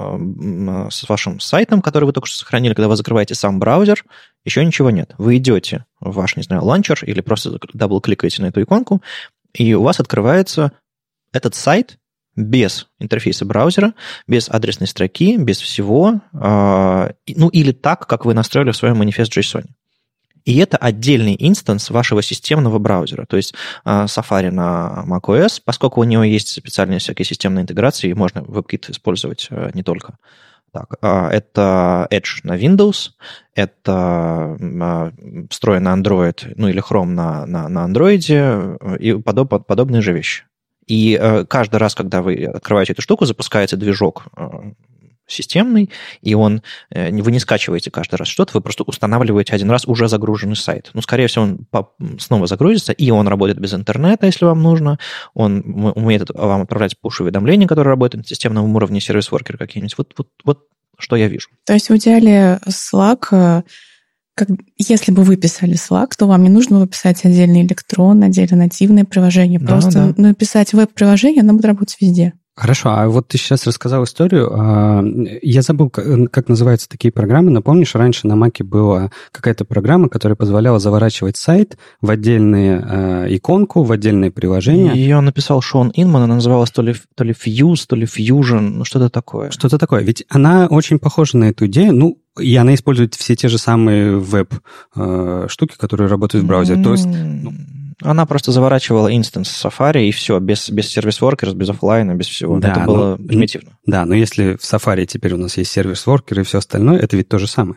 с вашим сайтом, который вы только что сохранили, когда вы закрываете сам браузер, еще ничего нет. Вы идете в ваш, не знаю, ланчер или просто дабл-кликаете на эту иконку, и у вас открывается этот сайт без интерфейса браузера, без адресной строки, без всего, ну или так, как вы настроили в своем манифест JSON. И это отдельный инстанс вашего системного браузера. То есть Safari на macOS, поскольку у него есть специальные всякие системные интеграции, и можно WebKit использовать не только. Так, это Edge на Windows, это встроен на Android, ну или Chrome на, на, на Android и подоб, подобные же вещи. И каждый раз, когда вы открываете эту штуку, запускается движок системный, и он, вы не скачиваете каждый раз что-то, вы просто устанавливаете один раз уже загруженный сайт. Ну, скорее всего, он снова загрузится, и он работает без интернета, если вам нужно. Он умеет вам отправлять push-уведомления, которые работают на системном уровне, сервис-воркеры какие-нибудь. Вот, вот, вот что я вижу. То есть в идеале Slack, как, если бы вы писали Slack, то вам не нужно было писать отдельный электрон, отдельно нативное приложение. Да, просто да. написать веб-приложение, оно будет работать везде. Хорошо, а вот ты сейчас рассказал историю. Я забыл, как называются такие программы. Напомнишь, раньше на Маке была какая-то программа, которая позволяла заворачивать сайт в отдельную иконку, в отдельное приложение. Ее написал Шон Инман, она называлась то ли, то ли Fuse, то ли Fusion, ну что-то такое. Что-то такое. Ведь она очень похожа на эту идею. Ну, и она использует все те же самые веб-штуки, которые работают в браузере. Mm-hmm. То есть... Ну, она просто заворачивала инстанс Safari, и все, без, без сервис-воркеров, без офлайна, без всего. Да, это было но, примитивно. Да, но если в Safari теперь у нас есть сервис-воркер и все остальное, это ведь то же самое.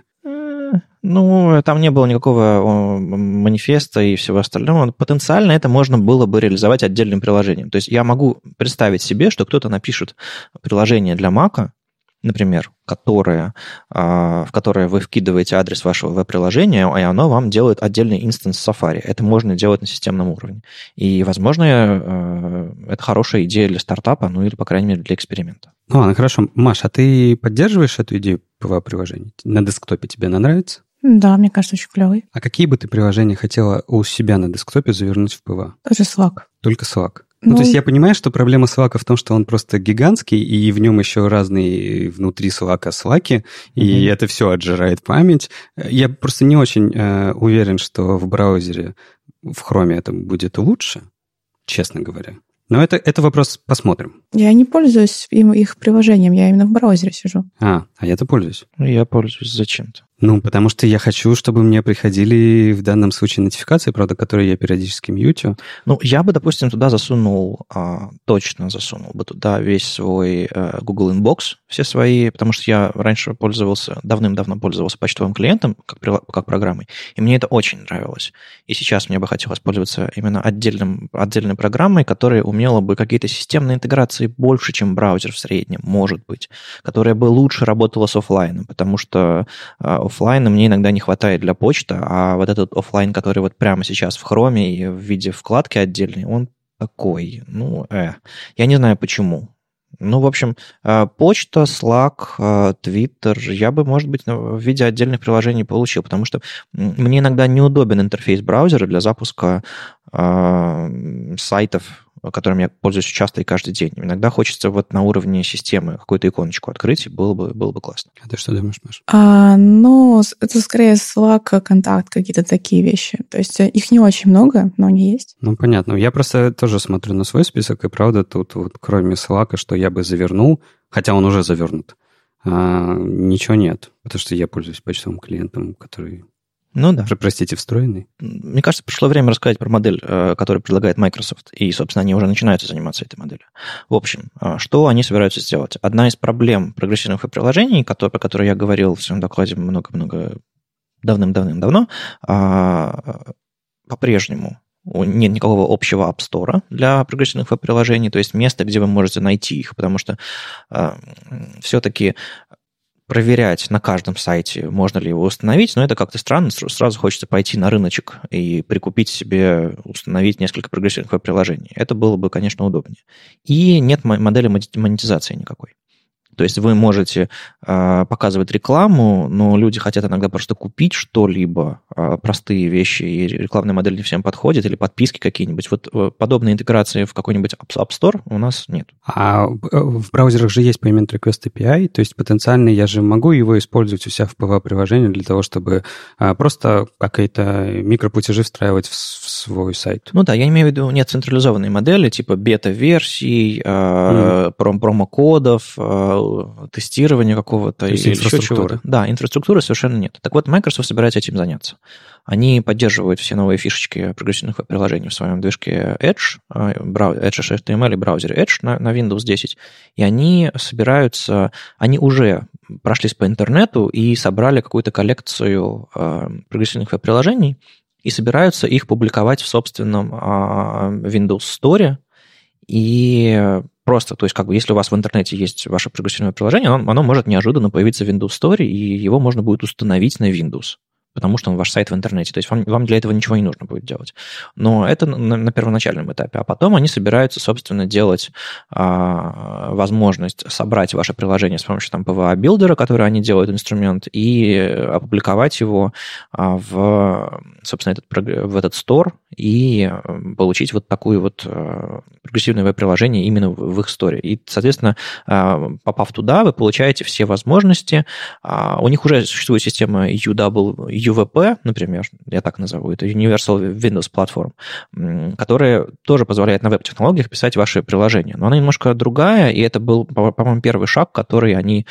Ну, там не было никакого манифеста и всего остального. Потенциально это можно было бы реализовать отдельным приложением. То есть я могу представить себе, что кто-то напишет приложение для Mac, например, которое, в которое вы вкидываете адрес вашего веб-приложения, и оно вам делает отдельный инстанс Safari. Это можно делать на системном уровне. И, возможно, это хорошая идея для стартапа, ну или, по крайней мере, для эксперимента. Ну ладно, хорошо. Маш, а ты поддерживаешь эту идею пи ви эй-приложений? На десктопе тебе она нравится? Да, мне кажется, очень клевый. А какие бы ты приложения хотела у себя на десктопе завернуть в пи ви эй? Тоже Slack. Только Slack? Ну, ну, то есть я понимаю, что проблема Slack в том, что он просто гигантский, и в нем еще разные внутри Slack слаки, mm-hmm. и это все отжирает память. Я просто не очень э, уверен, что в браузере, в Chrome это будет лучше, честно говоря. Но это, это вопрос, посмотрим. Я не пользуюсь им, их приложением, я именно в браузере сижу. А, а я-то пользуюсь. Я пользуюсь зачем-то. Ну, потому что я хочу, чтобы мне приходили в данном случае нотификации, правда, которые я периодически мьютю. Ну, я бы, допустим, туда засунул, а, точно засунул бы туда весь свой а, Google Inbox, все свои, потому что я раньше пользовался, давным-давно пользовался почтовым клиентом, как, как программой, и мне это очень нравилось. И сейчас мне бы хотелось пользоваться именно отдельным, отдельной программой, которая умела бы какие-то системные интеграции больше, чем браузер в среднем, может быть, которая бы лучше работала с офлайном, потому что офлайна мне иногда не хватает для почты, а вот этот офлайн, который вот прямо сейчас в Chrome и в виде вкладки отдельной, он такой, ну, э, я не знаю почему. Ну, в общем, почта, Slack, Twitter я бы, может быть, в виде отдельных приложений получил, потому что мне иногда неудобен интерфейс браузера для запуска э, сайтов, которым я пользуюсь часто и каждый день. Иногда хочется вот на уровне системы какую-то иконочку открыть, и было бы, было бы классно. А ты что думаешь, Маша? А, ну, это скорее Slack, контакт, какие-то такие вещи. То есть их не очень много, но они есть. Ну, понятно. Я просто тоже смотрю на свой список, и правда тут вот кроме Slack, что я бы завернул, хотя он уже завернут, а, ничего нет, потому что я пользуюсь почтовым клиентом, который... Ну да. Простите, встроенный. Мне кажется, пришло время рассказать про модель, которую предлагает Microsoft. И, собственно, они уже начинают заниматься этой моделью. В общем, что они собираются сделать? Одна из проблем прогрессивных веб-приложений, про которые я говорил в своем докладе много-много давным-давным-давно, по-прежнему нет никакого общего App Store для прогрессивных веб-приложений, то есть место, где вы можете найти их, потому что все-таки... проверять на каждом сайте, можно ли его установить, но это как-то странно. Сразу хочется пойти на рыночек и прикупить себе, установить несколько прогрессивных веб-приложений. Это было бы, конечно, удобнее. И нет модели монетизации никакой. То есть вы можете э, показывать рекламу, но люди хотят иногда просто купить что-либо, э, простые вещи, и рекламная модель не всем подходит, или подписки какие-нибудь. Вот э, подобной интеграции в какой-нибудь App Store у нас нет. А в браузерах же есть Payment Request эй пи ай, то есть потенциально я же могу его использовать у себя в пи ви эй-приложении для того, чтобы э, просто какие-то микроплатежи встраивать в, в свой сайт. Ну да, я имею в виду нет централизованной модели, типа бета-версий, э, mm. пром- промокодов, э, тестирования какого-то. какого-то или еще чего-то. Да, инфраструктуры совершенно нет. Так вот, Microsoft собирается этим заняться. Они поддерживают все новые фишечки прогрессивных приложений в своем движке Edge, Edge эйч ти эм эль и браузере Edge на, на Windows десять, и они собираются, они уже прошлись по интернету и собрали какую-то коллекцию э, прогрессивных приложений и собираются их публиковать в собственном э, Windows Store. И просто, то есть, как бы, если у вас в интернете есть ваше прогрессивное приложение, оно, оно может неожиданно появиться в Windows Store, и его можно будет установить на Windows, потому что он ваш сайт в интернете. То есть вам, вам для этого ничего не нужно будет делать. Но это на, на первоначальном этапе. А потом они собираются, собственно, делать а, возможность собрать ваше приложение с помощью там, пи ви эй-билдера, который они делают инструмент, и опубликовать его а, в, собственно, этот, в этот store и получить вот такую вот а, прогрессивное веб-приложение именно в, в их сторе. И, соответственно, а, попав туда, вы получаете все возможности. А, у них уже существует система ю дабл ю ви пи, например, я так назову, это Universal Windows Platform, которая тоже позволяет на веб-технологиях писать ваши приложения. Но она немножко другая, и это был, по-моему, первый шаг, который они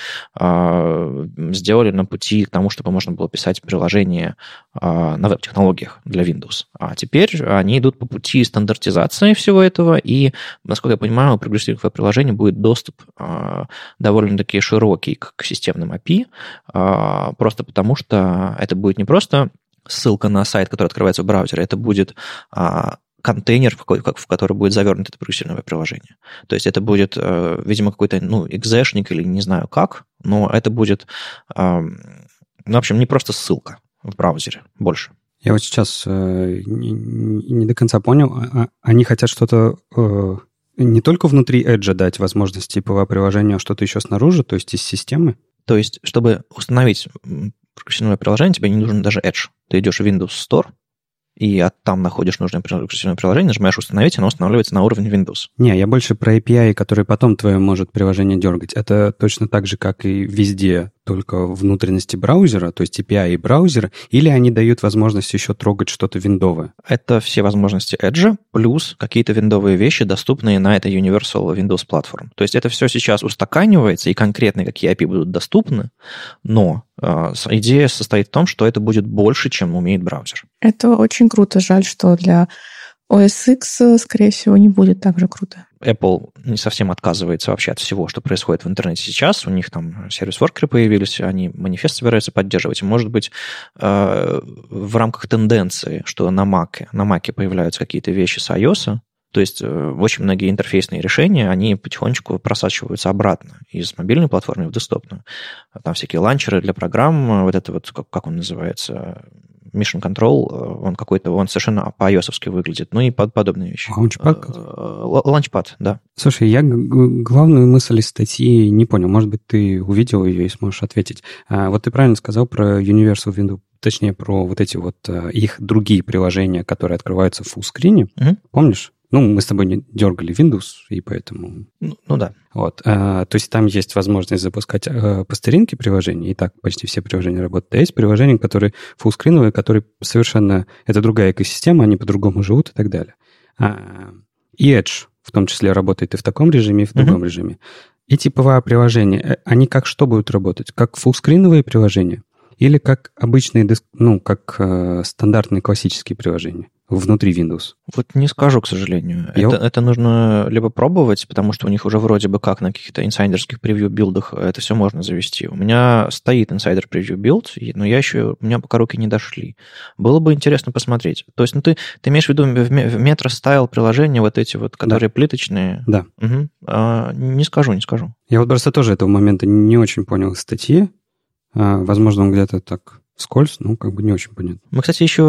э, сделали на пути к тому, чтобы можно было писать приложения э, на веб-технологиях для Windows. А теперь они идут по пути стандартизации всего этого, и, насколько я понимаю, у прогрессивных веб-приложений будет доступ э, довольно-таки широкий к, к системным эй пи ай, э, просто потому что это будет не просто ссылка на сайт, который открывается в браузере, это будет а, контейнер, в, какой, в который будет завернуто это прогрессивное приложение. То есть это будет, а, видимо, какой-то ну, экзешник или не знаю как, но это будет, а, ну, в общем, не просто ссылка в браузере, больше. Я вот сейчас э, не, не до конца понял. А, они хотят что-то э, не только внутри Edge дать возможности пи ви эй-приложения, а что-то еще снаружи, то есть из системы? То есть, чтобы установить прогрессивное приложение, тебе не нужен даже Edge. Ты идешь в Windows Store, и от там находишь нужное прогрессивное приложение, нажимаешь «Установить», оно устанавливается на уровне Windows. Не, я больше про эй пи ай, который потом твое может приложение дергать. Это точно так же, как и везде, только внутренности браузера, то есть эй пи ай и браузера, или они дают возможность еще трогать что-то виндовое? Это все возможности Edge, плюс какие-то виндовые вещи, доступные на этой Universal Windows Platform. То есть это все сейчас устаканивается, и конкретно какие эй пи ай будут доступны, но э, идея состоит в том, что это будет больше, чем умеет браузер. Это очень круто. Жаль, что для о эс икс, скорее всего, не будет так же круто. Apple не совсем отказывается вообще от всего, что происходит в интернете сейчас. У них там сервис-воркеры появились, они манифест собираются поддерживать. И, может быть, в рамках тенденции, что на Mac, на Mac появляются какие-то вещи с iOS, то есть очень многие интерфейсные решения, они потихонечку просачиваются обратно из мобильной платформы в десктопную. Там всякие ланчеры для программ, вот это вот, как, как он называется, Mission Control, он какой-то, он совершенно по-айосовски выглядит, ну и под подобные вещи. Launchpad? Launchpad, да. Слушай, я главную мысль из статьи не понял. Может быть, ты увидел ее и сможешь ответить. Вот ты правильно сказал про Universal Windows, точнее, про вот эти вот их другие приложения, которые открываются в фуллскрине. Угу. Помнишь? Ну, мы с тобой не дергали Windows, и поэтому... Ну, ну да. Вот. А, то есть там есть возможность запускать а, по старинке приложения, и так почти все приложения работают. А есть приложения, которые фуллскриновые, которые совершенно... Это другая экосистема, они по-другому живут и так далее. А, и Edge в том числе работает и в таком режиме, и в другом uh-huh. режиме. Эти пи ви эй-приложения, они как что будут работать? Как фуллскриновые приложения? Или как обычные, ну, как э, стандартные классические приложения внутри Windows? Вот не скажу, к сожалению. Это, это нужно либо пробовать, потому что у них уже вроде бы как на каких-то инсайдерских превью-билдах это все можно завести. У меня стоит инсайдер превью-билд, но я еще, у меня пока руки не дошли. Было бы интересно посмотреть. То есть, ну, ты, ты имеешь в виду в метро-стайл приложения, вот эти вот, которые да. плиточные? Да. Угу. А, не скажу, не скажу. Я вот просто тоже этого момента не очень понял из статьи. Возможно, он где-то так вскользь, ну, как бы не очень понятно. Мы, кстати, еще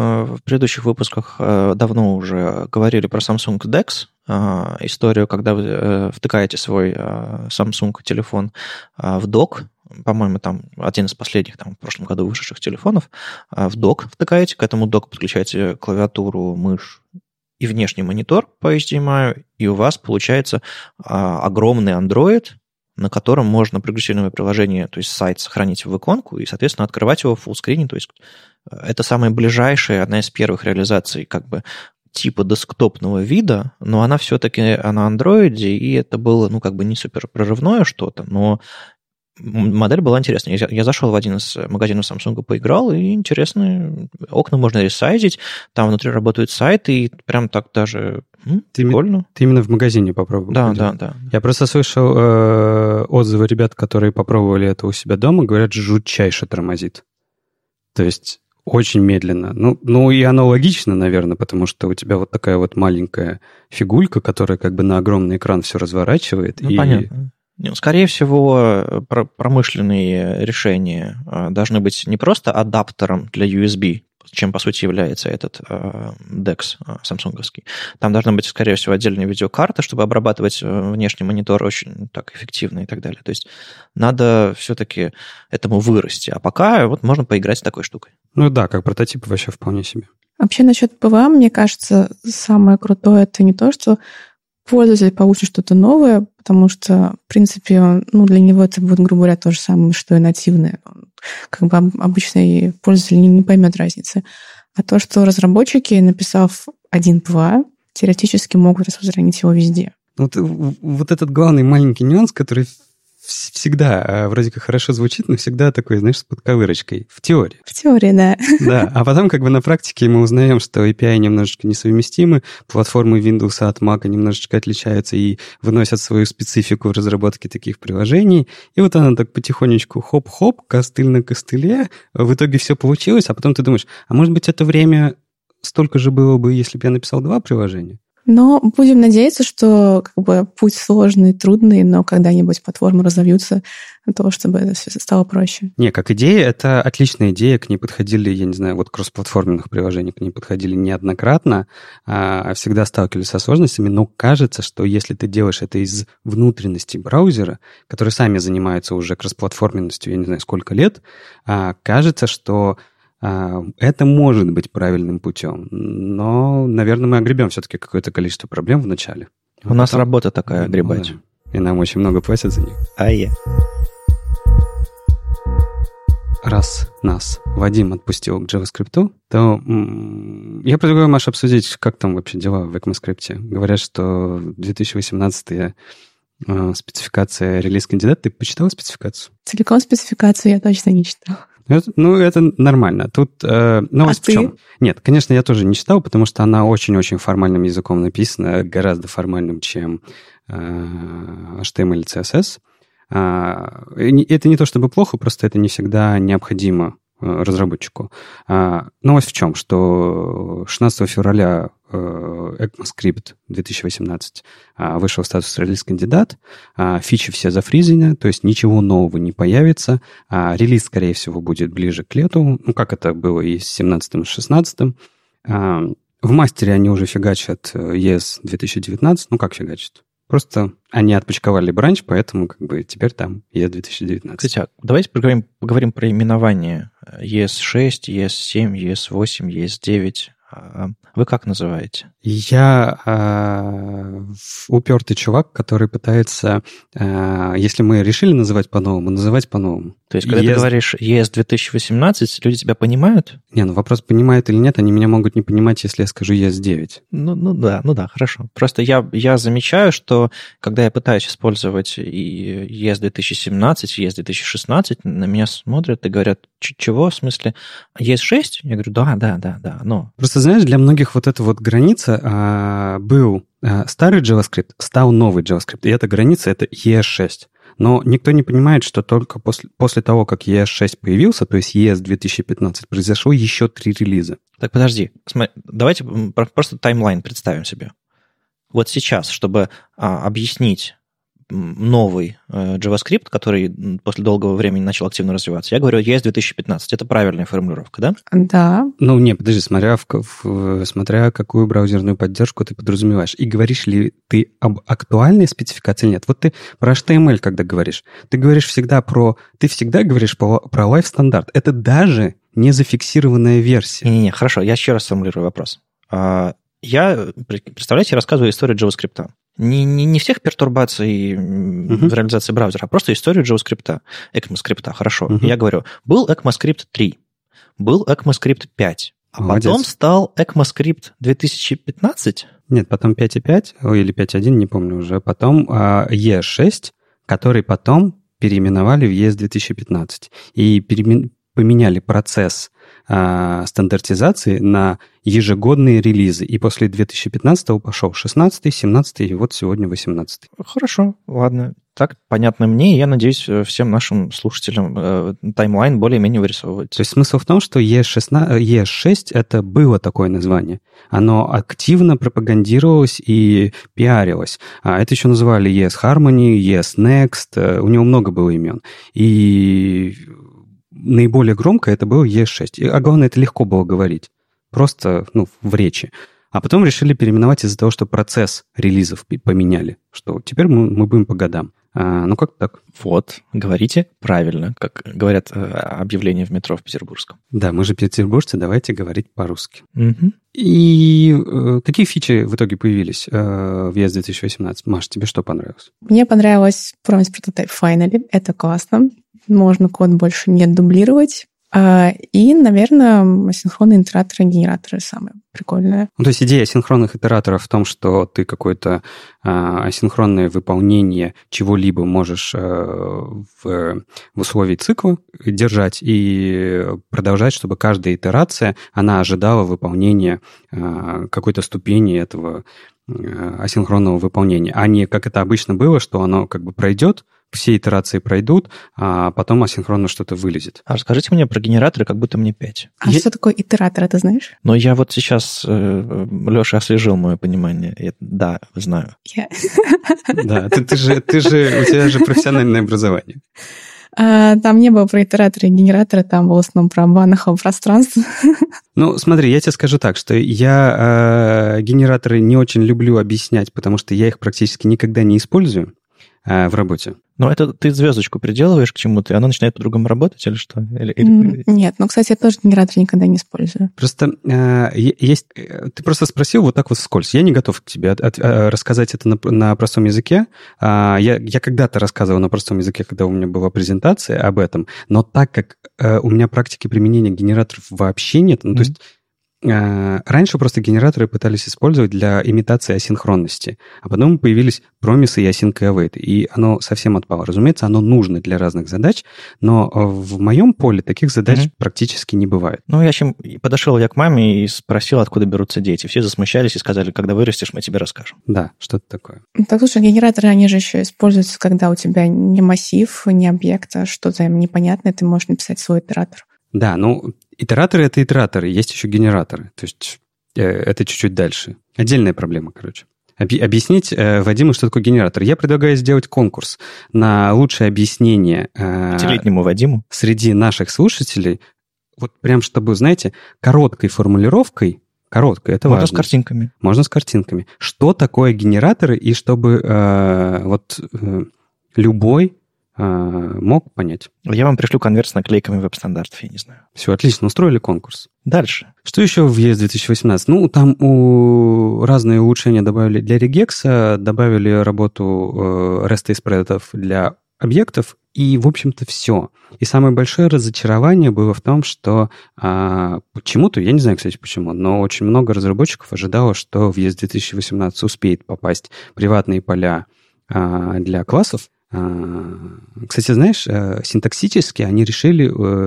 в предыдущих выпусках давно уже говорили про Samsung декс, историю, когда вы втыкаете свой Samsung телефон в док, по-моему, там один из последних, там, в прошлом году вышедших телефонов, в док втыкаете, к этому доку подключаете клавиатуру, мышь и внешний монитор по эйч ди эм ай, и у вас получается огромный Android, на котором можно прогрессивное приложение, то есть сайт, сохранить в иконку и, соответственно, открывать его в фуллскрине. То есть это самая ближайшая, одна из первых реализаций как бы типа десктопного вида, но она все-таки на андроиде, и это было, ну, как бы не супер прорывное что-то, но модель была интересная. Я, я зашел в один из магазинов Samsung, поиграл, и интересно, окна можно ресайзить, там внутри работают сайты, и прям так даже м, ты прикольно. Ты именно в магазине попробовал? Да, да, да. Я просто слышал э, отзывы ребят, которые попробовали это у себя дома, говорят, жутчайше тормозит. То есть очень медленно. Ну, ну и оно логично, наверное, потому что у тебя вот такая вот маленькая фигулька, которая как бы на огромный экран все разворачивает. Ну, и... понятно. Скорее всего, промышленные решения должны быть не просто адаптером для ю эс би, чем, по сути, является этот декс самсунговский. Там должна быть, скорее всего, отдельная видеокарта, чтобы обрабатывать внешний монитор очень так эффективно и так далее. То есть надо все-таки этому вырасти. А пока вот можно поиграть с такой штукой. Ну да, как прототип вообще вполне себе. Вообще насчет ПВА, мне кажется, самое крутое это не то, что пользователь получит что-то новое, потому что, в принципе, ну, для него это будет, грубо говоря, то же самое, что и нативное. Как бы обычный пользователь не, не поймет разницы. А то, что разработчики, написав один ПВА, теоретически могут распространить его везде. Вот, вот этот главный маленький нюанс, который всегда вроде как хорошо звучит, но всегда такой, знаешь, с подковырочкой. В теории. В теории, да. Да, а потом как бы на практике мы узнаем, что эй пи ай немножечко несовместимы, платформы Windows от Mac немножечко отличаются и выносят свою специфику в разработке таких приложений. И вот она так потихонечку хоп-хоп, костыль на костыле, в итоге все получилось, а потом ты думаешь, а может быть это время столько же было бы, если бы я написал два приложения? Но будем надеяться, что как бы путь сложный, трудный, но когда-нибудь платформы разовьются для того, чтобы это все стало проще. Не, как идея, это отличная идея. К ней подходили, я не знаю, вот кроссплатформенных приложений к ней подходили неоднократно, а всегда сталкивались со сложностями, но кажется, что если ты делаешь это из внутренности браузера, которые сами занимаются уже кроссплатформенностью, я не знаю, сколько лет, кажется, что это может быть правильным путем, но, наверное, мы огребем все-таки какое-то количество проблем в начале. У а нас потом... работа такая, огребать. Да. И нам очень много платят за них. А я. Раз нас Вадим отпустил к JavaScript, то м- я предлагаю, Маш, обсудить, как там вообще дела в ECMAScript. Говорят, что две тысячи восемнадцатый э, спецификация релиз-кандидат. Ты почитала спецификацию? Целиком спецификацию я точно не читала. Это, ну, это нормально. Тут э, новость а в чем? Ты? Нет, конечно, я тоже не читал, потому что она очень-очень формальным языком написана, гораздо формальным, чем э, эйч ти эм эль и си эс эс. А, это не то чтобы плохо, просто это не всегда необходимо э, разработчику. А, новость в чем? Что шестнадцатого февраля ECMAScript две тысячи восемнадцать вышел в статус релиз-кандидат, фичи все зафризены, то есть ничего нового не появится, релиз, скорее всего, будет ближе к лету, ну, как это было и с семнадцатым, и с шестнадцатым. В мастере они уже фигачат и эс две тысячи девятнадцать, ну, как фигачат? Просто они отпочковали бранч, поэтому как бы теперь там и эс две тысячи девятнадцать. Кстати, давайте поговорим, поговорим про именование и эс шесть, и эс семь, и эс восемь, и эс девять. Вы как называете? Я э, упертый чувак, который пытается, э, если мы решили называть по-новому, называть по-новому. То есть, когда и эс... ты говоришь и эс две тысячи восемнадцать, люди тебя понимают? Не, ну вопрос, понимают или нет, они меня могут не понимать, если я скажу и эс девять. Ну, ну да, ну да, хорошо. Просто я, я замечаю, что когда я пытаюсь использовать и и эс две тысячи семнадцать, и эс две тысячи шестнадцать, на меня смотрят и говорят, чего, в смысле, и эс шесть? Я говорю, да, да, да, да, но... Просто, знаешь, для многих вот эта вот граница а, был а, старый JavaScript, стал новый JavaScript, и эта граница — это и эс шесть. Но никто не понимает, что только после, после того, как и эс шесть появился, то есть и эс две тысячи пятнадцать, произошло еще три релиза. Так, подожди, смотри, давайте просто таймлайн представим себе. Вот сейчас, чтобы а, объяснить новый э, JavaScript, который после долгого времени начал активно развиваться, я говорю и эс две тысячи пятнадцать. Это правильная формулировка, да? Да. Ну, не, подожди, смотря, в, в, смотря какую браузерную поддержку ты подразумеваешь. И говоришь ли ты об актуальной спецификации или нет? Вот ты про эйч ти эм эль, когда говоришь, ты говоришь всегда про... Ты всегда говоришь про, про live-стандарт. Это даже не зафиксированная версия. Не-не-не, хорошо, я еще раз сформулирую вопрос. Я, представляете, рассказываю историю JavaScript. Не, не, не всех пертурбаций uh-huh. в реализации браузера, а просто историю JavaScript, ECMAScript. Хорошо. Uh-huh. Я говорю, был ECMAScript три, был ECMAScript пять, а Молодец. Потом стал ECMAScript две тысячи пятнадцать? Нет, потом пять и пять, или пять и один, не помню уже. Потом и эс шесть, который потом переименовали в и эс две тысячи пятнадцать и переимен... поменяли процесс э, стандартизации на ежегодные релизы. И после две тысячи пятнадцатого пошел шестнадцатый, семнадцатый и вот сегодня восемнадцатый. Хорошо, ладно. Так понятно мне, и я надеюсь, всем нашим слушателям э, таймлайн более-менее вырисовывается. То есть смысл в том, что и эс шестнадцать, и эс шесть это было такое название. Оно активно пропагандировалось и пиарилось. А это еще называли и эс Harmony, и эс Next, у него много было имен. И наиболее громко это было и эс шесть. А главное, это легко было говорить. Просто ну, в речи. А потом решили переименовать из-за того, что процесс релизов поменяли. Что теперь мы, мы будем по годам. А, ну, как так? Вот, говорите правильно, как говорят объявления в метро в Петербургском. Да, мы же петербуржцы, давайте говорить по-русски. Угу. И э, какие фичи в итоге появились э, в и эс две тысячи восемнадцать? Маш, тебе что понравилось? Мне понравилось Promise Prototype Finally. Это классно. Можно код больше не дублировать. И, наверное, асинхронные итераторы и генераторы самые прикольные. Ну, то есть идея асинхронных итераторов в том, что ты какое-то а, асинхронное выполнение чего-либо можешь а, в, в условии цикла держать и продолжать, чтобы каждая итерация, она ожидала выполнения а, какой-то ступени этого а, асинхронного выполнения, а не как это обычно было, что оно как бы пройдет, все итерации пройдут, а потом асинхронно что-то вылезет. А расскажите мне про генераторы, как будто мне пять. А я... что такое итератор, ты знаешь? Но я вот сейчас, э, Леша освежил мое понимание. Я, да, знаю. Я... Да, ты, ты, же, ты же, у тебя же профессиональное образование. А, там не было про итераторы и генераторы, там было в основном про банаховое пространство. Ну, смотри, я тебе скажу так, что я э, генераторы не очень люблю объяснять, потому что я их практически никогда не использую э, в работе. Но это ты звездочку приделываешь к чему-то, и она начинает по-другому работать или что? Или, или... Нет, ну, кстати, я тоже генератор никогда не использую. Просто э, есть... Ты просто спросил вот так вот вскользь. Я не готов тебе от, от, рассказать это на, на простом языке. А, я, я когда-то рассказывал на простом языке, когда у меня была презентация об этом, но так как э, у меня практики применения генераторов вообще нет, ну, mm-hmm. то есть раньше просто генераторы пытались использовать для имитации асинхронности, а потом появились промисы и async и await, и оно совсем отпало. Разумеется, оно нужно для разных задач, но в моем поле таких задач mm-hmm. практически не бывает. Ну, я чем подошел я к маме и спросил, откуда берутся дети. Все засмущались и сказали, когда вырастешь, мы тебе расскажем. Да, что-то такое. Так, слушай, генераторы, они же еще используются, когда у тебя не массив, не объект, а что-то непонятное, ты можешь написать свой итератор. Да, ну, итераторы — это итераторы, есть еще генераторы. То есть э, это чуть-чуть дальше. Отдельная проблема, короче. Объ- объяснить э, Вадиму, что такое генератор. Я предлагаю сделать конкурс на лучшее объяснение э, пятилетнему Вадиму среди наших слушателей. Вот прям, чтобы, знаете, короткой формулировкой, короткой, это Можно важно. Можно с картинками. Можно с картинками. Что такое генераторы, и чтобы э, вот э, любой мог понять. Я вам пришлю конверт с наклейками веб-стандартов, я не знаю. Все, отлично, устроили конкурс. Дальше. Что еще в и эс две тысячи восемнадцать? Ну, там у... разные улучшения добавили для регекса, добавили работу REST спредов для объектов, и, в общем-то, все. И самое большое разочарование было в том, что а, почему-то, я не знаю, кстати, почему, но очень много разработчиков ожидало, что в и эс две тысячи восемнадцать успеет попасть приватные поля а, для классов. Кстати, знаешь, синтаксически они решили,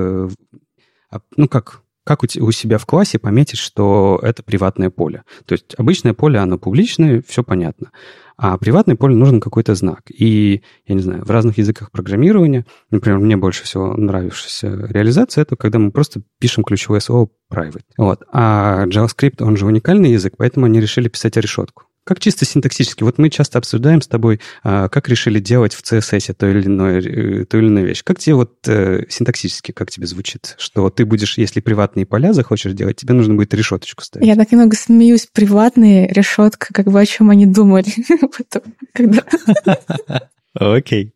ну как, как у себя в классе пометить, что это приватное поле. То есть обычное поле, оно публичное, все понятно. А приватное поле нужен какой-то знак. И, я не знаю, в разных языках программирования, например, мне больше всего нравившаяся реализация, это когда мы просто пишем ключевое слово private. Вот. А JavaScript, он же уникальный язык, поэтому они решили писать решетку. Как чисто синтаксически. Вот мы часто обсуждаем с тобой, как решили делать в си эс эс то или иное, то или иную вещь. Как тебе вот э, синтаксически, как тебе звучит? Что ты будешь, если приватные поля захочешь делать, тебе нужно будет решеточку ставить. Я так немного смеюсь. Приватные, решетка, как бы о чем они думали. Окей.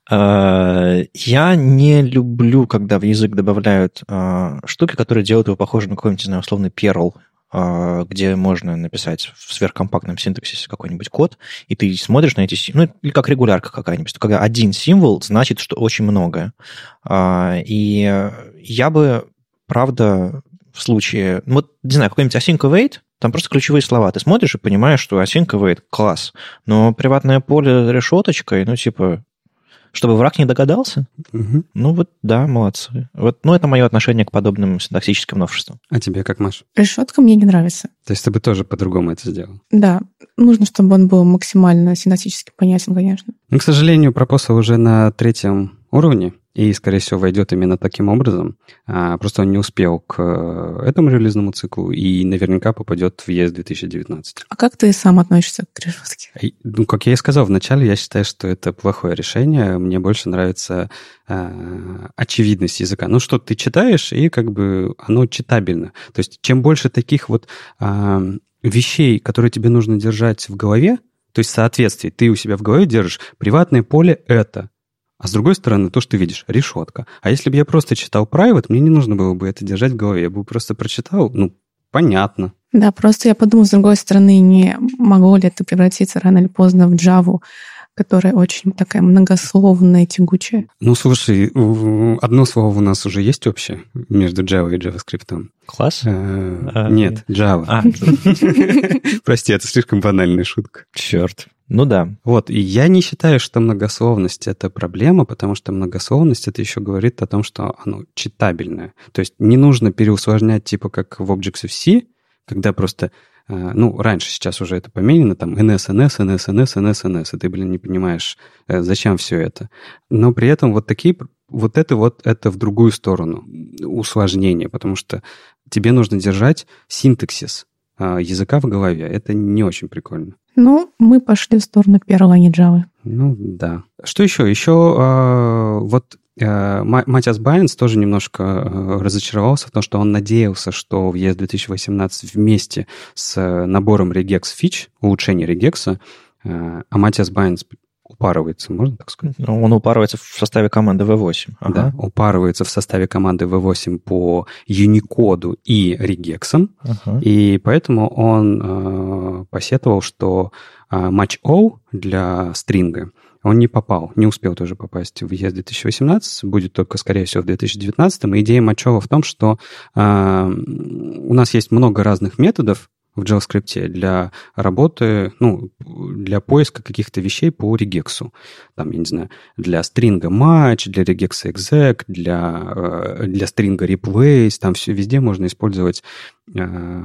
Я не люблю, когда в язык добавляют штуки, которые делают его похожим на какой-нибудь, не знаю, условный перл, где можно написать в сверхкомпактном синтаксисе какой-нибудь код, и ты смотришь на эти символы, ну, или как регулярка какая-нибудь, что когда один символ значит, что очень многое. И я бы, правда, в случае, ну, вот, не знаю, какой-нибудь async await, там просто ключевые слова. Ты смотришь и понимаешь, что async await класс, но приватное поле решеточкой, ну, типа, Чтобы враг не догадался? Угу. Ну вот, да, молодцы. Вот, ну, это мое отношение к подобным синтаксическим новшествам. А тебе как, Маш? Решетка мне не нравится. То есть ты бы тоже по-другому это сделал? Да, нужно, чтобы он был максимально синтаксически понятен, конечно. Ну, к сожалению, пропосл уже на третьем уровне, и, скорее всего, войдет именно таким образом. А, просто он не успел к этому релизному циклу и наверняка попадет в и эс две тысячи девятнадцать. А как ты сам относишься к решетке? Ну, как я и сказал вначале, я считаю, что это плохое решение. Мне больше нравится э, очевидность языка. Ну, что ты читаешь, и как бы оно читабельно. То есть чем больше таких вот э, вещей, которые тебе нужно держать в голове, то есть соответствие, ты у себя в голове держишь приватное поле — это. А с другой стороны, то, что ты видишь, решетка. А если бы я просто читал private, мне не нужно было бы это держать в голове. Я бы просто прочитал, ну, понятно. Да, просто я подумала, с другой стороны, не могло ли это превратиться рано или поздно в Java, которая очень такая многословная, тягучая. Ну, слушай, одно слово у нас уже есть общее между Java и JavaScript. Класс? А, нет, Java. А. Прости, это слишком банальная шутка. Черт. Ну да. Вот, и я не считаю, что многословность — это проблема, потому что многословность — это еще говорит о том, что оно читабельное. То есть не нужно переусложнять, типа как в Objective-C, когда просто, ну, раньше, сейчас уже это поменено, там, эн эс, эн эс, эн эс, эн эс, эн эс, эн эс, и ты, блин, не понимаешь, зачем все это. Но при этом вот такие, вот это вот, это в другую сторону усложнение, потому что тебе нужно держать синтаксис языка в голове. Это не очень прикольно. Ну, мы пошли в сторону первого, а не Java. Ну, да. Что еще? Еще э, вот э, Матиас Байенс тоже немножко э, разочаровался в том, что он надеялся, что в и эс две тысячи восемнадцать вместе с набором regex фич, улучшение регекса, э, а Матиас Байенс упарывается, можно так сказать? Он упарывается в составе команды ви восемь. Ага. Да, упарывается в составе команды ви восемь по Unicode и регексам, ага. И поэтому он э, посетовал, что э, match all для стринга он не попал, не успел тоже попасть в и эс две тысячи восемнадцать, будет только, скорее всего, в две тысячи девятнадцатом. И идея матчова в том, что э, у нас есть много разных методов в JavaScript для работы, ну, для поиска каких-то вещей по регексу. Там, я не знаю, для стринга match, для регекса exec, для, для стринга replace, там все, везде можно использовать э,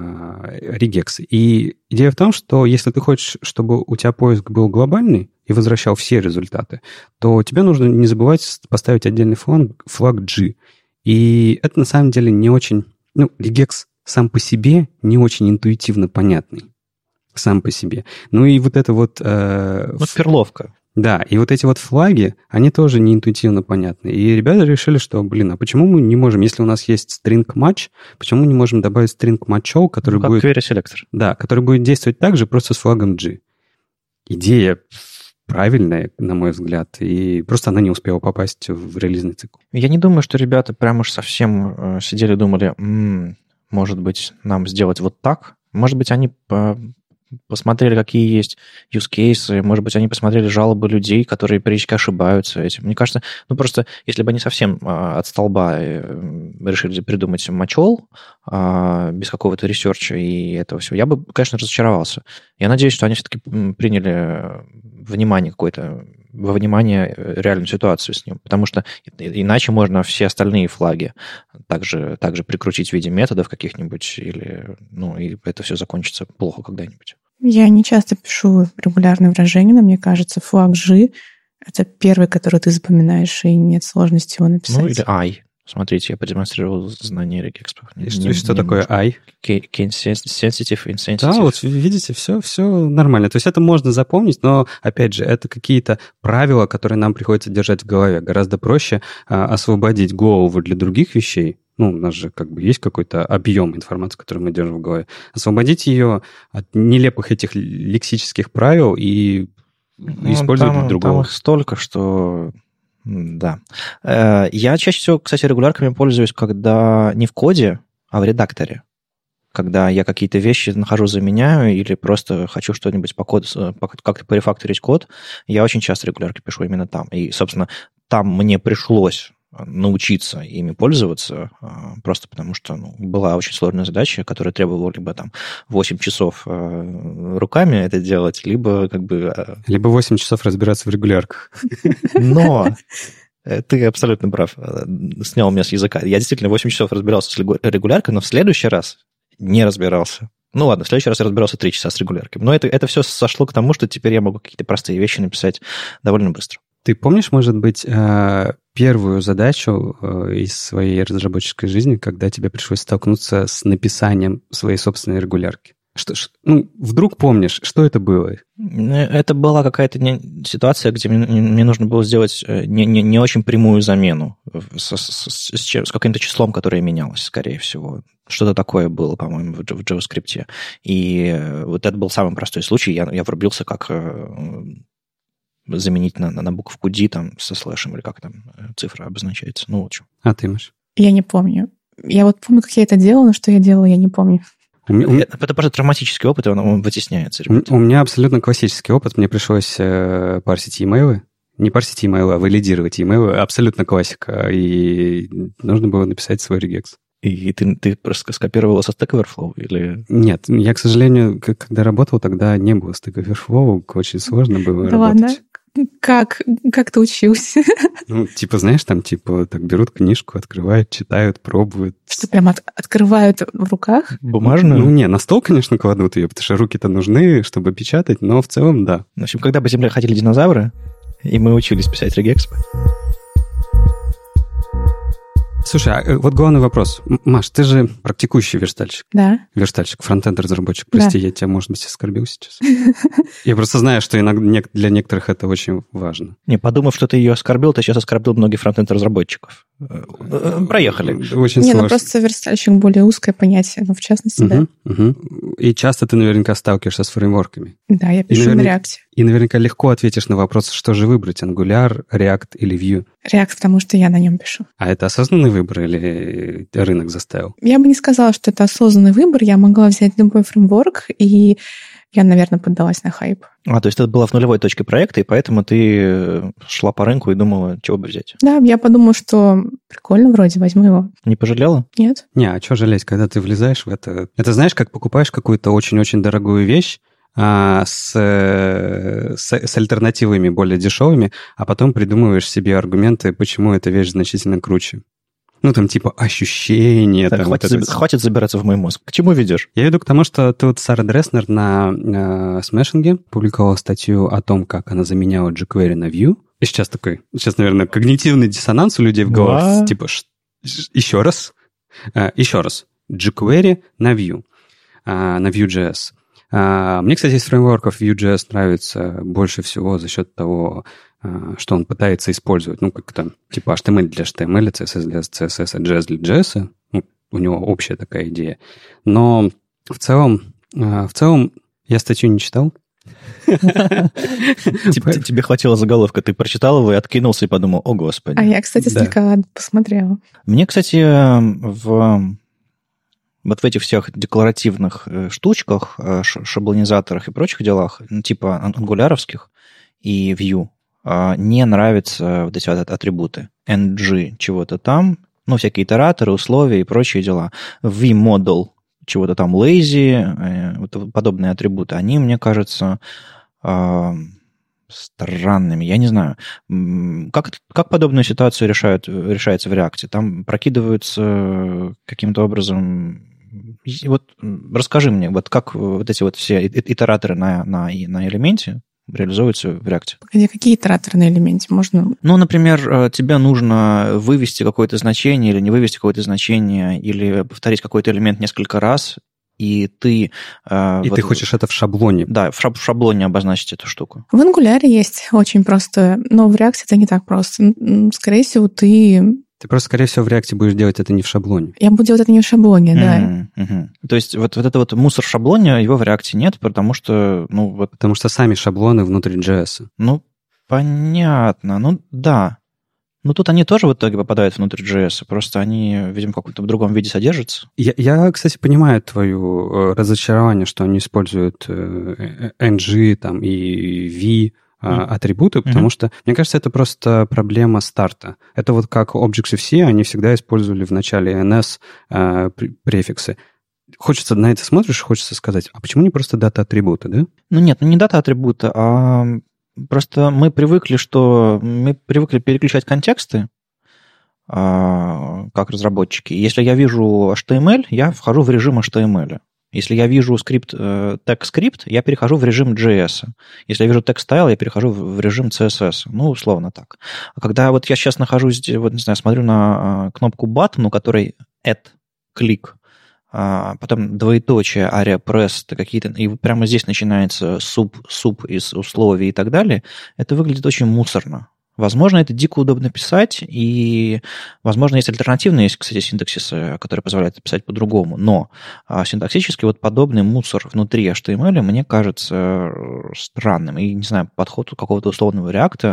регексы. И идея в том, что если ты хочешь, чтобы у тебя поиск был глобальный и возвращал все результаты, то тебе нужно не забывать поставить отдельный флаг, флаг G. И это на самом деле не очень... Ну, регекс сам по себе не очень интуитивно понятный. Сам по себе. Ну и вот это вот... Э, ну, перловка. Да, и вот эти вот флаги, они тоже не интуитивно понятны. И ребята решили, что, блин, а почему мы не можем, если у нас есть string match, почему мы не можем добавить string match, который ну, как будет... query selector. Да, который будет действовать так же, просто с флагом G. Идея правильная, на мой взгляд, и просто она не успела попасть в релизный цикл. Я не думаю, что ребята прям уж совсем э, сидели и думали... М-м, может быть, нам сделать вот так. Может быть, они посмотрели, какие есть use cases, может быть, они посмотрели жалобы людей, которые периодически ошибаются этим. Мне кажется, ну просто, если бы они совсем от столба решили придумать матчол без какого-то ресерча и этого всего, я бы, конечно, разочаровался. Я надеюсь, что они все-таки приняли внимание какое-то, во внимание реальную ситуацию с ним, потому что иначе можно все остальные флаги также, также прикрутить в виде методов каких-нибудь, или, ну, и это все закончится плохо когда-нибудь. Я не часто пишу регулярные выражения, но мне кажется, флаг G — это первый, который ты запоминаешь, и нет сложности его написать. Ну, или I. Смотрите, я продемонстрировал знание регекспов. И что, что такое I? Sensitive, insensitive. Да, вот видите, все, все нормально. То есть это можно запомнить, но, опять же, это какие-то правила, которые нам приходится держать в голове. Гораздо проще а, освободить голову для других вещей. Ну, у нас же как бы есть какой-то объем информации, который мы держим в голове. Освободить ее от нелепых этих лексических правил и ну, использовать там, для другого. Там их столько, что... Да. Я чаще всего, кстати, регулярками пользуюсь, когда не в коде, а в редакторе. Когда я какие-то вещи нахожу, заменяю, или просто хочу что-нибудь по коду, как-то порефакторить код, я очень часто регулярки пишу именно там. И, собственно, там мне пришлось научиться ими пользоваться, просто потому что ну, была очень сложная задача, которая требовала либо там восемь часов руками это делать, либо как бы... Либо восемь часов разбираться в регулярках. Но... Ты абсолютно прав. Снял меня с языка. Я действительно восемь часов разбирался с регуляркой, но в следующий раз не разбирался. Ну ладно, в следующий раз я разбирался три часа с регуляркой. Но это, это все сошло к тому, что теперь я могу какие-то простые вещи написать довольно быстро. Ты помнишь, может быть, первую задачу из своей разработческой жизни, когда тебе пришлось столкнуться с написанием своей собственной регулярки? Что, ну, вдруг помнишь, что это было? Это была какая-то не, ситуация, где мне, мне нужно было сделать не, не, не очень прямую замену с, с, с, с каким-то числом, которое менялось, скорее всего. Что-то такое было, по-моему, в, в JavaScript. И вот это был самый простой случай. Я, я врубился, как заменить на, на буковку D там, со слэшем, или как там цифра обозначается. Ну, вот что. А ты, Маш? Я не помню. Я вот помню, как я это делала, но что я делала, я не помню. Это, это просто травматический опыт, и он, он вытесняется. Ребята. У меня абсолютно классический опыт. Мне пришлось э, парсить e-mail. Не парсить e-mail, а валидировать e-mail. Абсолютно классика. И нужно было написать свой регекс. И ты, ты просто скопировала со Stack Overflow? Или... Нет, я, к сожалению, когда работал, тогда не было Stack Overflow. Очень сложно было да работать. Ладно. Как? Как ты учился? Ну, типа, знаешь, там, типа, так берут книжку, открывают, читают, пробуют. Что, прям от, открывают в руках? Бумажную? Ну, не, на стол, конечно, кладут ее, потому что руки-то нужны, чтобы печатать, но в целом, да. В общем, когда по земле ходили динозавры, и мы учились писать регекс. Слушай, а вот главный вопрос. Маш, ты же практикующий верстальщик. Да. Верстальщик, фронтенд-разработчик. Прости, да. Я тебя, может быть, оскорбил сейчас. Я просто знаю, что иногда для некоторых это очень важно. Не, подумав, что ты ее оскорбил, ты сейчас оскорбил многих фронтенд-разработчиков. Проехали. Очень Не, сложно. ну просто верстальщик более узкое понятие, ну, в частности, угу, да. Угу. И часто ты наверняка сталкиваешься с фреймворками. Да, я пишу на React. И наверняка легко ответишь на вопрос, что же выбрать, Angular, React или Vue. React, потому что я на нем пишу. А это осознанный выбор или рынок заставил? Я бы не сказала, что это осознанный выбор. Я могла взять любой фреймворк, и я, наверное, поддалась на хайп. А, то есть это была в нулевой точке проекта, и поэтому ты шла по рынку и думала, чего бы взять? Да, я подумала, что прикольно вроде, возьму его. Не пожалела? Нет. Не, а что жалеть, когда ты влезаешь в это? Это знаешь, как покупаешь какую-то очень-очень дорогую вещь, а, с, с, с альтернативами более дешевыми, а потом придумываешь себе аргументы, почему эта вещь значительно круче. Ну, там, типа, ощущения. Так, там, хватит, вот заб... хватит забираться в мой мозг. К чему ведешь? Я веду к тому, что тут Сара Дресснер на э, Смешинге публиковала статью о том, как она заменяла jQuery на Vue. И сейчас такой, сейчас, наверное, когнитивный диссонанс у людей в головах. Wow. Типа, ш... еще раз, э, еще раз. jQuery на Vue, э, на Vue.js. Э, мне, кстати, из фреймворков Vue.js нравится больше всего за счет того, что он пытается использовать, ну, как там, типа эйч ти эм эль для эйч ти эм эль, си эс эс для си эс эс, а джей эс для джей эс. Ну, у него общая такая идея. Но в целом, в целом я статью не читал. Тебе хватило заголовка, ты прочитал его и откинулся и подумал, о, господи. А я, кстати, слегка посмотрела. Мне, кстати, в... Вот в этих всех декларативных штучках, шаблонизаторах и прочих делах, ну, типа ангуляровских и Vue, не нравятся вот эти вот атрибуты. эн джи чего-то там, ну, всякие итераторы, условия и прочие дела. V-model чего-то там, lazy, вот подобные атрибуты, они, мне кажется, странными. Я не знаю. Как, как подобную ситуацию решают, решается в React? Там прокидываются каким-то образом... Вот расскажи мне, вот как вот эти вот все итераторы на, на, на элементе реализуются в React. Погоди, какие итераторы на элементе можно? Ну, например, тебе нужно вывести какое-то значение или не вывести какое-то значение, или повторить какой-то элемент несколько раз, и ты... И вот, ты хочешь это в шаблоне. Да, в шаблоне обозначить эту штуку. В Angular есть очень просто, но в React это не так просто. Скорее всего, ты... Ты просто, скорее всего, в React будешь делать это не в шаблоне. Я буду делать это не в шаблоне, да. Mm-hmm. Mm-hmm. То есть вот, вот это вот мусор в шаблоне, его в React нет, потому что... Ну, вот... Потому что сами шаблоны внутри джей эс. Ну, понятно. Ну, да. Ну, тут они тоже в итоге попадают внутрь джей эс, просто они, видимо, в каком-то другом виде содержатся. Я, я кстати, понимаю твое разочарование, что они используют эн джи там, и V mm. атрибуты, потому mm-hmm. что, мне кажется, это просто проблема старта. Это вот как Objective-C, они всегда использовали в начале эн эс э, префиксы. Хочется на это смотришь, хочется сказать, а почему не просто дата-атрибуты, да? Ну нет, ну не дата-атрибуты, а просто мы привыкли, что мы привыкли переключать контексты, как разработчики. Если я вижу эйч ти эм эль, я вхожу в режим эйч ти эм эль. Если я вижу скрипт, тег-скрипт, я перехожу в режим джей эс. Если я вижу тег-стайл, я перехожу в режим си эс эс. Ну, условно так. А когда вот я сейчас нахожусь, вот, не знаю, смотрю на кнопку button, у которой add, клик, потом двоеточие, aria press, какие-то, и прямо здесь начинается суп, суп из условий и так далее, это выглядит очень мусорно. Возможно, это дико удобно писать, и, возможно, есть альтернативные, есть, кстати, синтаксисы, которые позволяют писать по-другому, но синтаксически вот подобный мусор внутри эйч ти эм эль мне кажется странным. И, не знаю, подход какого-то условного реакта,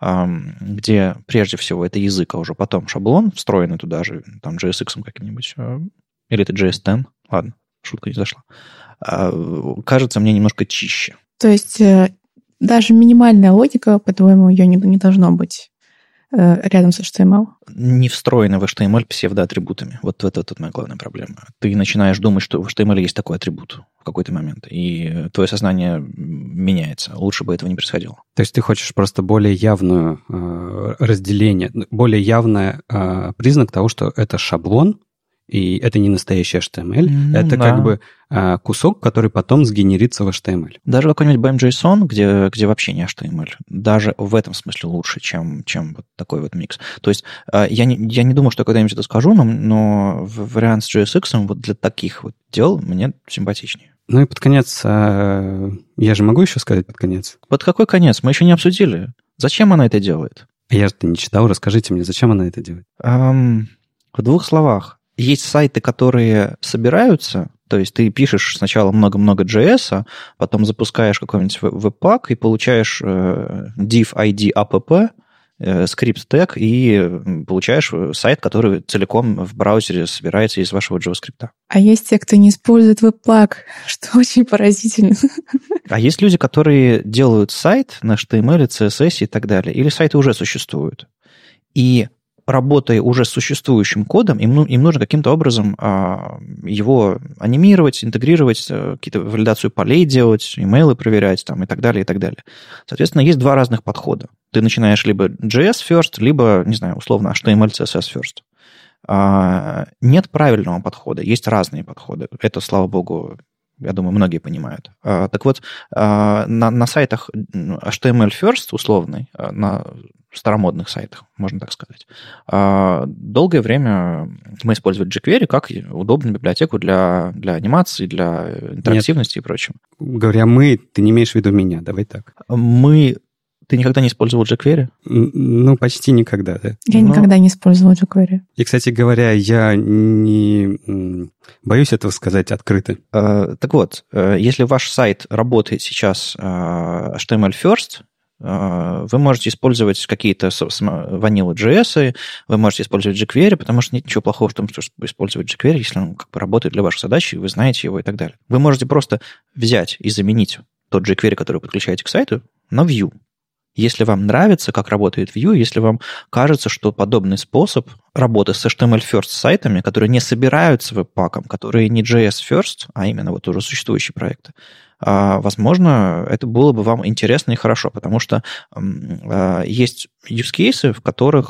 где прежде всего это язык, а уже потом шаблон, встроенный туда же, там, джей эс икс каким-нибудь, или это джей эс десять, ладно, шутка не зашла, кажется мне немножко чище. То есть даже минимальная логика, по-твоему, ее не, не должно быть э, рядом с эйч ти эм эл? Не встроена в эйч ти эм эль псевдоатрибутами. Вот это, это моя главная проблема. Ты начинаешь думать, что в эйч ти эм эль есть такой атрибут в какой-то момент, и твое сознание меняется. Лучше бы этого не происходило. То есть ты хочешь просто более явную э, разделение, более явный э, признак того, что это шаблон, и это не настоящий эйч ти эм эль, mm, это да. как бы а, кусок, который потом сгенерится в эйч ти эм эль. Даже какой-нибудь би эм джей эс о эн, где, где вообще не эйч ти эм эль, даже в этом смысле лучше, чем, чем вот такой вот микс. То есть я не, я не думаю, что я когда-нибудь это скажу, но, но вариант с джей эс икс вот для таких вот дел мне симпатичнее. Ну и под конец, а, я же могу еще сказать под конец? Под какой конец? Мы еще не обсудили. Зачем она это делает? Я же-то не читал, расскажите мне, зачем она это делает? Um, в двух словах. Есть сайты, которые собираются, то есть ты пишешь сначала много-много джей эс, потом запускаешь какой-нибудь веб-пак и получаешь div ай ди app, скрипт тег, и получаешь сайт, который целиком в браузере собирается из вашего JavaScript. А есть те, кто не использует веб-пак, что очень поразительно. А есть люди, которые делают сайт на эйч ти эм эль, си эс эс и так далее, или сайты уже существуют. И работая уже с существующим кодом, им, им нужно каким-то образом а, его анимировать, интегрировать, какие-то валидацию полей делать, имейлы проверять там, и так далее, и так далее. Соответственно, есть два разных подхода. Ты начинаешь либо джей эс first, либо, не знаю, условно, эйч ти эм эль, си эс эс first. А, нет правильного подхода, есть разные подходы. Это, слава богу, я думаю, многие понимают. А, так вот, а, на, на сайтах эйч ти эм эль first условный, на старомодных сайтах, можно так сказать, долгое время мы использовали jQuery как удобную библиотеку для, для анимации, для интерактивности Нет. и прочего. Говоря «мы», ты не имеешь в виду меня, давай так. Мы... Ты никогда не использовал jQuery? Ну, почти никогда, да. Я Но... никогда не использовала jQuery. И, кстати говоря, я не боюсь этого сказать открыто. Так вот, если ваш сайт работает сейчас эйч ти эм эль first, вы можете использовать какие-то ванилы джей эс, вы можете использовать jQuery, потому что нет ничего плохого в том, что использовать jQuery, если он как бы работает для ваших задач, и вы знаете его и так далее. Вы можете просто взять и заменить тот jQuery, который вы подключаете к сайту, на Vue. Если вам нравится, как работает Vue, если вам кажется, что подобный способ работы с эйч ти эм эль first сайтами, которые не собираются веб-паком, которые не джей эс first, а именно вот уже существующие проекты, возможно, это было бы вам интересно и хорошо, потому что есть use cases, в которых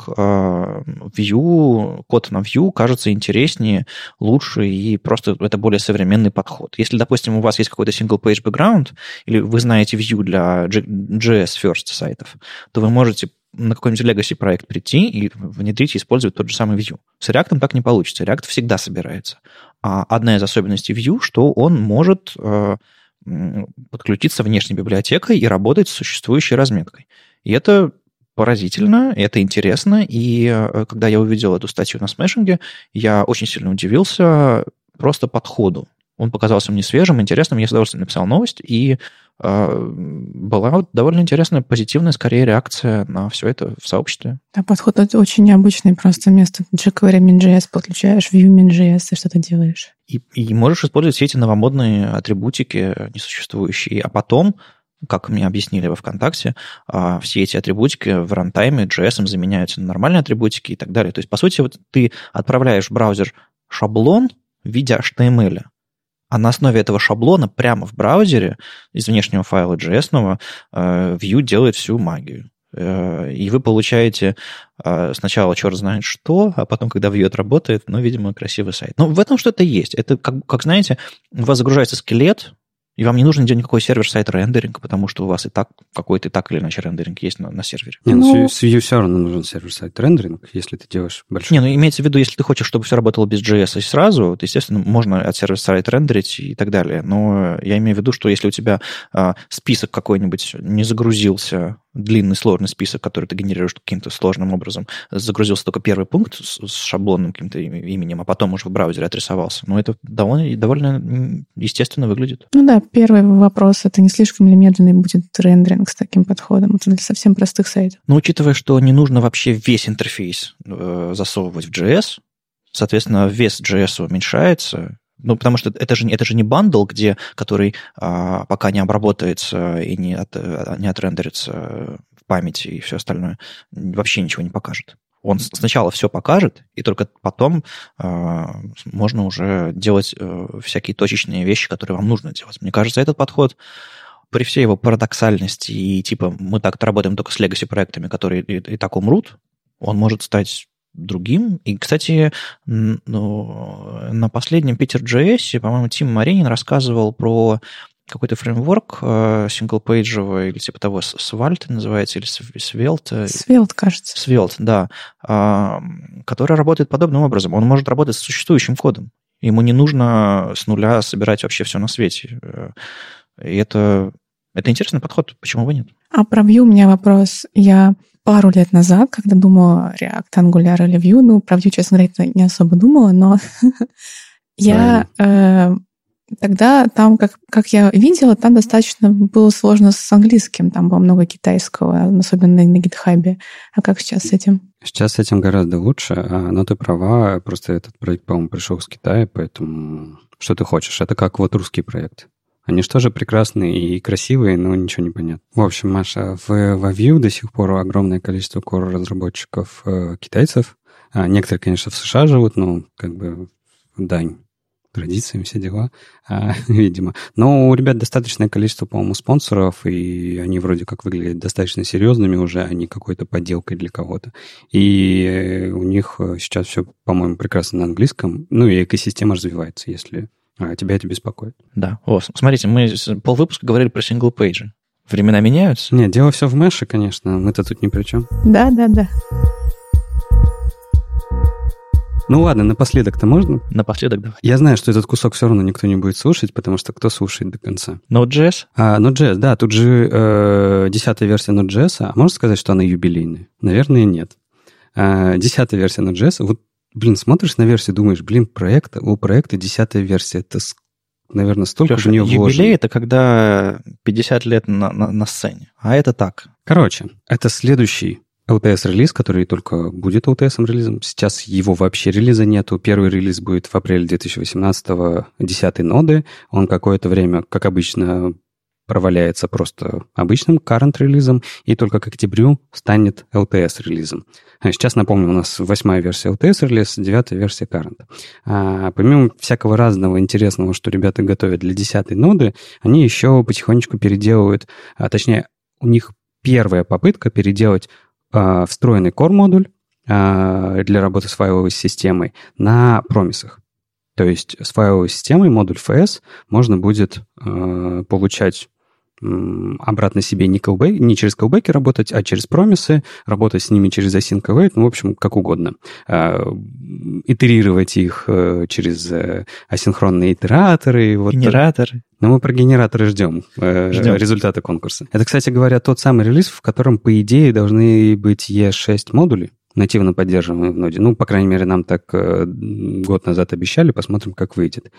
Vue, код на Vue кажется интереснее, лучше, и просто это более современный подход. Если, допустим, у вас есть какой-то single-page background, или вы знаете Vue для джей эс first сайтов, то вы можете на какой-нибудь legacy проект прийти и внедрить и использовать тот же самый Vue. С React так не получится. React всегда собирается. А одна из особенностей Vue, что он может подключиться внешней библиотекой и работать с существующей разметкой. И это поразительно, это интересно, и когда я увидел эту статью на смешинге, я очень сильно удивился просто подходу. Он показался мне свежим, интересным, я с удовольствием написал новость, и э, была довольно интересная, позитивная, скорее, реакция на все это в сообществе. Да, подход очень необычный, просто вместо jQuery min.js подключаешь Vue min.js и что-то делаешь. И, и можешь использовать все эти новомодные атрибутики, несуществующие, а потом как мне объяснили во ВКонтакте, все эти атрибутики в рантайме джей эс заменяются на нормальные атрибутики и так далее. То есть, по сути, вот ты отправляешь в браузер шаблон в виде эйч ти эм эл, а на основе этого шаблона прямо в браузере из внешнего файла джей эс-ного Vue делает всю магию. И вы получаете сначала черт знает что, а потом, когда Vue отработает, ну, видимо, красивый сайт. Но в этом что-то есть. Это, как, как знаете, у вас загружается скелет, и вам не нужно делать никакой сервер-сайт рендеринг, потому что у вас и так какой-то так или иначе рендеринг есть на, на сервере. Не, ну, с Vue все равно нужен сервер-сайт рендеринг, если ты делаешь большой. Не, ну имеется в виду, если ты хочешь, чтобы все работало без джей эс сразу, то, естественно, можно от сервер-сайт рендерить и так далее. Но я имею в виду, что если у тебя а, список какой-нибудь не загрузился, длинный сложный список, который ты генерируешь каким-то сложным образом, загрузился только первый пункт с, с шаблонным каким-то именем, а потом уже в браузере отрисовался. Но это довольно, довольно естественно выглядит. Ну да, первый вопрос, это не слишком ли медленный будет рендеринг с таким подходом? Это для совсем простых сайтов. Но учитывая, что не нужно вообще весь интерфейс э, засовывать в джей эс, соответственно, вес джей эс уменьшается. Ну, потому что это же, это же не бандл, где, который а, пока не обработается и не, от, не отрендерится в памяти и все остальное, вообще ничего не покажет. Он сначала все покажет, и только потом а, можно уже делать а, всякие точечные вещи, которые вам нужно делать. Мне кажется, этот подход при всей его парадоксальности и типа мы так работаем только с legacy-проектами, которые и, и так умрут, он может стать другим. И, кстати, ну, на последнем Питер.джей эс, по-моему, Тим Маринин рассказывал про какой-то фреймворк синглпейджевый или типа того, Svelte называется, или Svelte. Svelte, кажется. Svelte, да. Который работает подобным образом. Он может работать с существующим кодом. Ему не нужно с нуля собирать вообще все на свете. И это, это интересный подход. Почему бы нет? А про Vue у меня вопрос. Я пару лет назад, когда думала React, Angular или Vue, ну, про Vue, честно говоря, не особо думала, но я э, тогда там, как, как я видела, там достаточно было сложно с английским, там было много китайского, особенно на GitHub. А как сейчас с этим? Сейчас с этим гораздо лучше, но ты права, просто этот проект, по-моему, пришел с Китая, поэтому что ты хочешь? Это как вот русский проект. Они же тоже прекрасные и красивые, но ничего не понятно. В общем, Маша, в, во Vue до сих пор огромное количество core-разработчиков э, китайцев. А некоторые, конечно, в США живут, но как бы дань традициям, все дела, а, видимо. Но у ребят достаточное количество, по-моему, спонсоров, и они вроде как выглядят достаточно серьезными уже, а не какой-то подделкой для кого-то. И у них сейчас все, по-моему, прекрасно на английском. Ну и экосистема развивается, если... А тебя это беспокоит? Да. О, смотрите, мы полвыпуска говорили про сингл-пейджи. Времена меняются? Нет, дело все в мэше, конечно. Мы-то тут ни при чем. Да, да, да. Ну ладно, напоследок-то можно? Напоследок давай. Я знаю, что этот кусок все равно никто не будет слушать, потому что кто слушает до конца? Node.js? А, Node.js, да. Тут же э, десятая версия Node.js. А можно сказать, что она юбилейная? Наверное, нет. А, десятая версия Node.js. Вот блин, смотришь на версию, думаешь, блин, проект, у проекта десятая версия. Это, наверное, столько Леша, в нее вложено. Юбилей — это когда пятьдесят лет на, на, на сцене. А это так. Короче, это следующий эл ти эс-релиз, который только будет эл ти эс-релизом. Сейчас его вообще релиза нету. Первый релиз будет в апреле две тысячи восемнадцатого, десятой ноды. Он какое-то время, как обычно, проваляется просто обычным current-релизом, и только к октябрю станет эл ти эс-релизом. Сейчас, напомню, у нас восьмая версия эл ти эс-релиз, девятая версия current. А, помимо всякого разного интересного, что ребята готовят для десятой ноды, они еще потихонечку переделывают, а, точнее, у них первая попытка переделать а, встроенный core-модуль а, для работы с файловой системой на промисах. То есть с файловой системой модуль эф эс можно будет а, получать обратно себе не, callback, не через callback работать, а через промисы, работать с ними через async await, ну, в общем, как угодно. Итерировать их через асинхронные итераторы. Вот. Генераторы. Но мы про генераторы ждем, ждем результаты конкурса. Это, кстати говоря, тот самый релиз, в котором, по идее, должны быть и шесть модулей, нативно поддерживаемые в ноде. Ну, по крайней мере, нам так год назад обещали, посмотрим, как выйдет.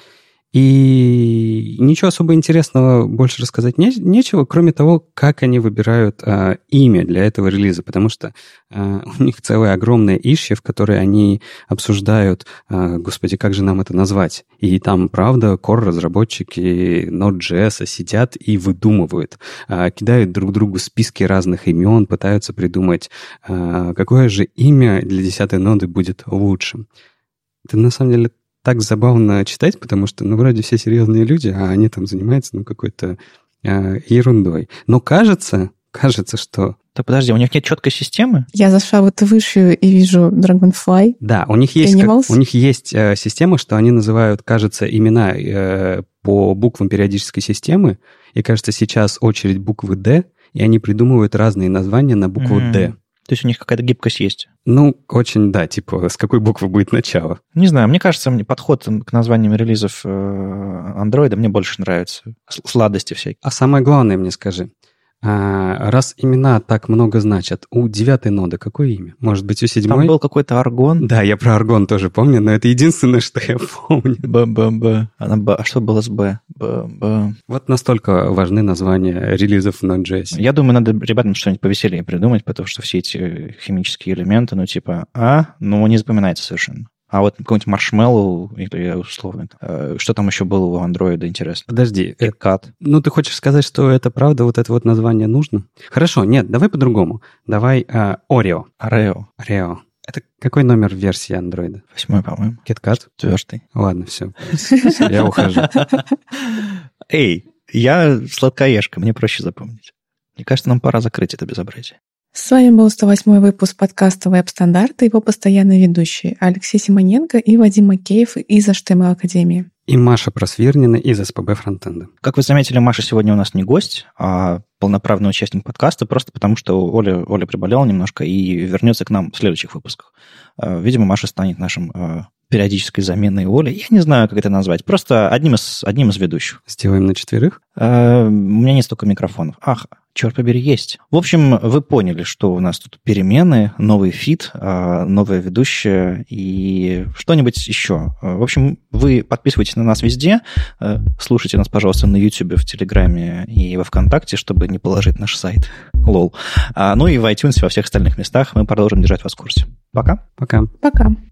И ничего особо интересного больше рассказать не, нечего, кроме того, как они выбирают а, имя для этого релиза, потому что а, у них целое огромное issue, в которой они обсуждают, а, господи, как же нам это назвать. И там, правда, core-разработчики Node.js сидят и выдумывают, а, кидают друг другу списки разных имен, пытаются придумать, а, какое же имя для десятой ноды будет лучшим. Это на самом деле так забавно читать, потому что, ну, вроде все серьезные люди, а они там занимаются, ну, какой-то э, ерундой. Но кажется, кажется, что... Да подожди, у них нет четкой системы? Я зашла вот выше и вижу Dragonfly. Да, у них есть, как, у них есть э, система, что они называют, кажется, имена э, по буквам периодической системы, и, кажется, сейчас очередь буквы D, и они придумывают разные названия на букву mm. D. То есть у них какая-то гибкость есть? Ну, очень, да, типа, с какой буквы будет начало? Не знаю, мне кажется, мне подход к названиям релизов Android мне больше нравится. Сладости всякие. А самое главное мне скажи. А, раз имена так много значат, у девятой ноды какое имя? Может быть, у седьмой? Там был какой-то аргон. Да, я про аргон тоже помню, но это единственное, что я помню. Б-б-б. А что было с Б? Б-б. Вот настолько важны названия релизов в Node.js. Я думаю, надо ребятам что-нибудь повеселее придумать, потому что все эти химические элементы, ну, типа, а, ну, не запоминается совершенно. А вот какой-нибудь маршмеллоу, или условно, что там еще было у андроида, интересно? Подожди. KitKat. Ну, ты хочешь сказать, что это правда, вот это вот название нужно? Хорошо, нет, давай по-другому. Давай uh, Oreo. Oreo. Oreo. Это какой номер версии андроида? Восьмой, по-моему. KitKat? Четвертый. Ладно, все. Я ухожу. Эй, я сладкоежка, мне проще запомнить. Мне кажется, нам пора закрыть это безобразие. С вами был сто восьмой выпуск подкаста «Веб-стандарты», его постоянные ведущие Алексей Симоненко и Вадим Макеев из эйч ти эм эл Академии. И Маша Просвирнина из эс пэ бэ Фронтенда. Как вы заметили, Маша сегодня у нас не гость, а полноправный участник подкаста, просто потому что Оля, Оля приболела немножко и вернется к нам в следующих выпусках. Видимо, Маша станет нашим периодической заменой Оли. Я не знаю, как это назвать. Просто одним из, одним из ведущих. Сделаем на четверых? У меня нет столько микрофонов. Ах, черт побери, есть. В общем, вы поняли, что у нас тут перемены, новый фид, новая ведущая и что-нибудь еще. В общем, вы подписывайтесь на нас везде. Слушайте нас, пожалуйста, на YouTube, в Телеграме и во Вконтакте, чтобы не положить наш сайт. Лол. Ну и в iTunes, во всех остальных местах мы продолжим держать вас в курсе. Пока. Пока. Пока.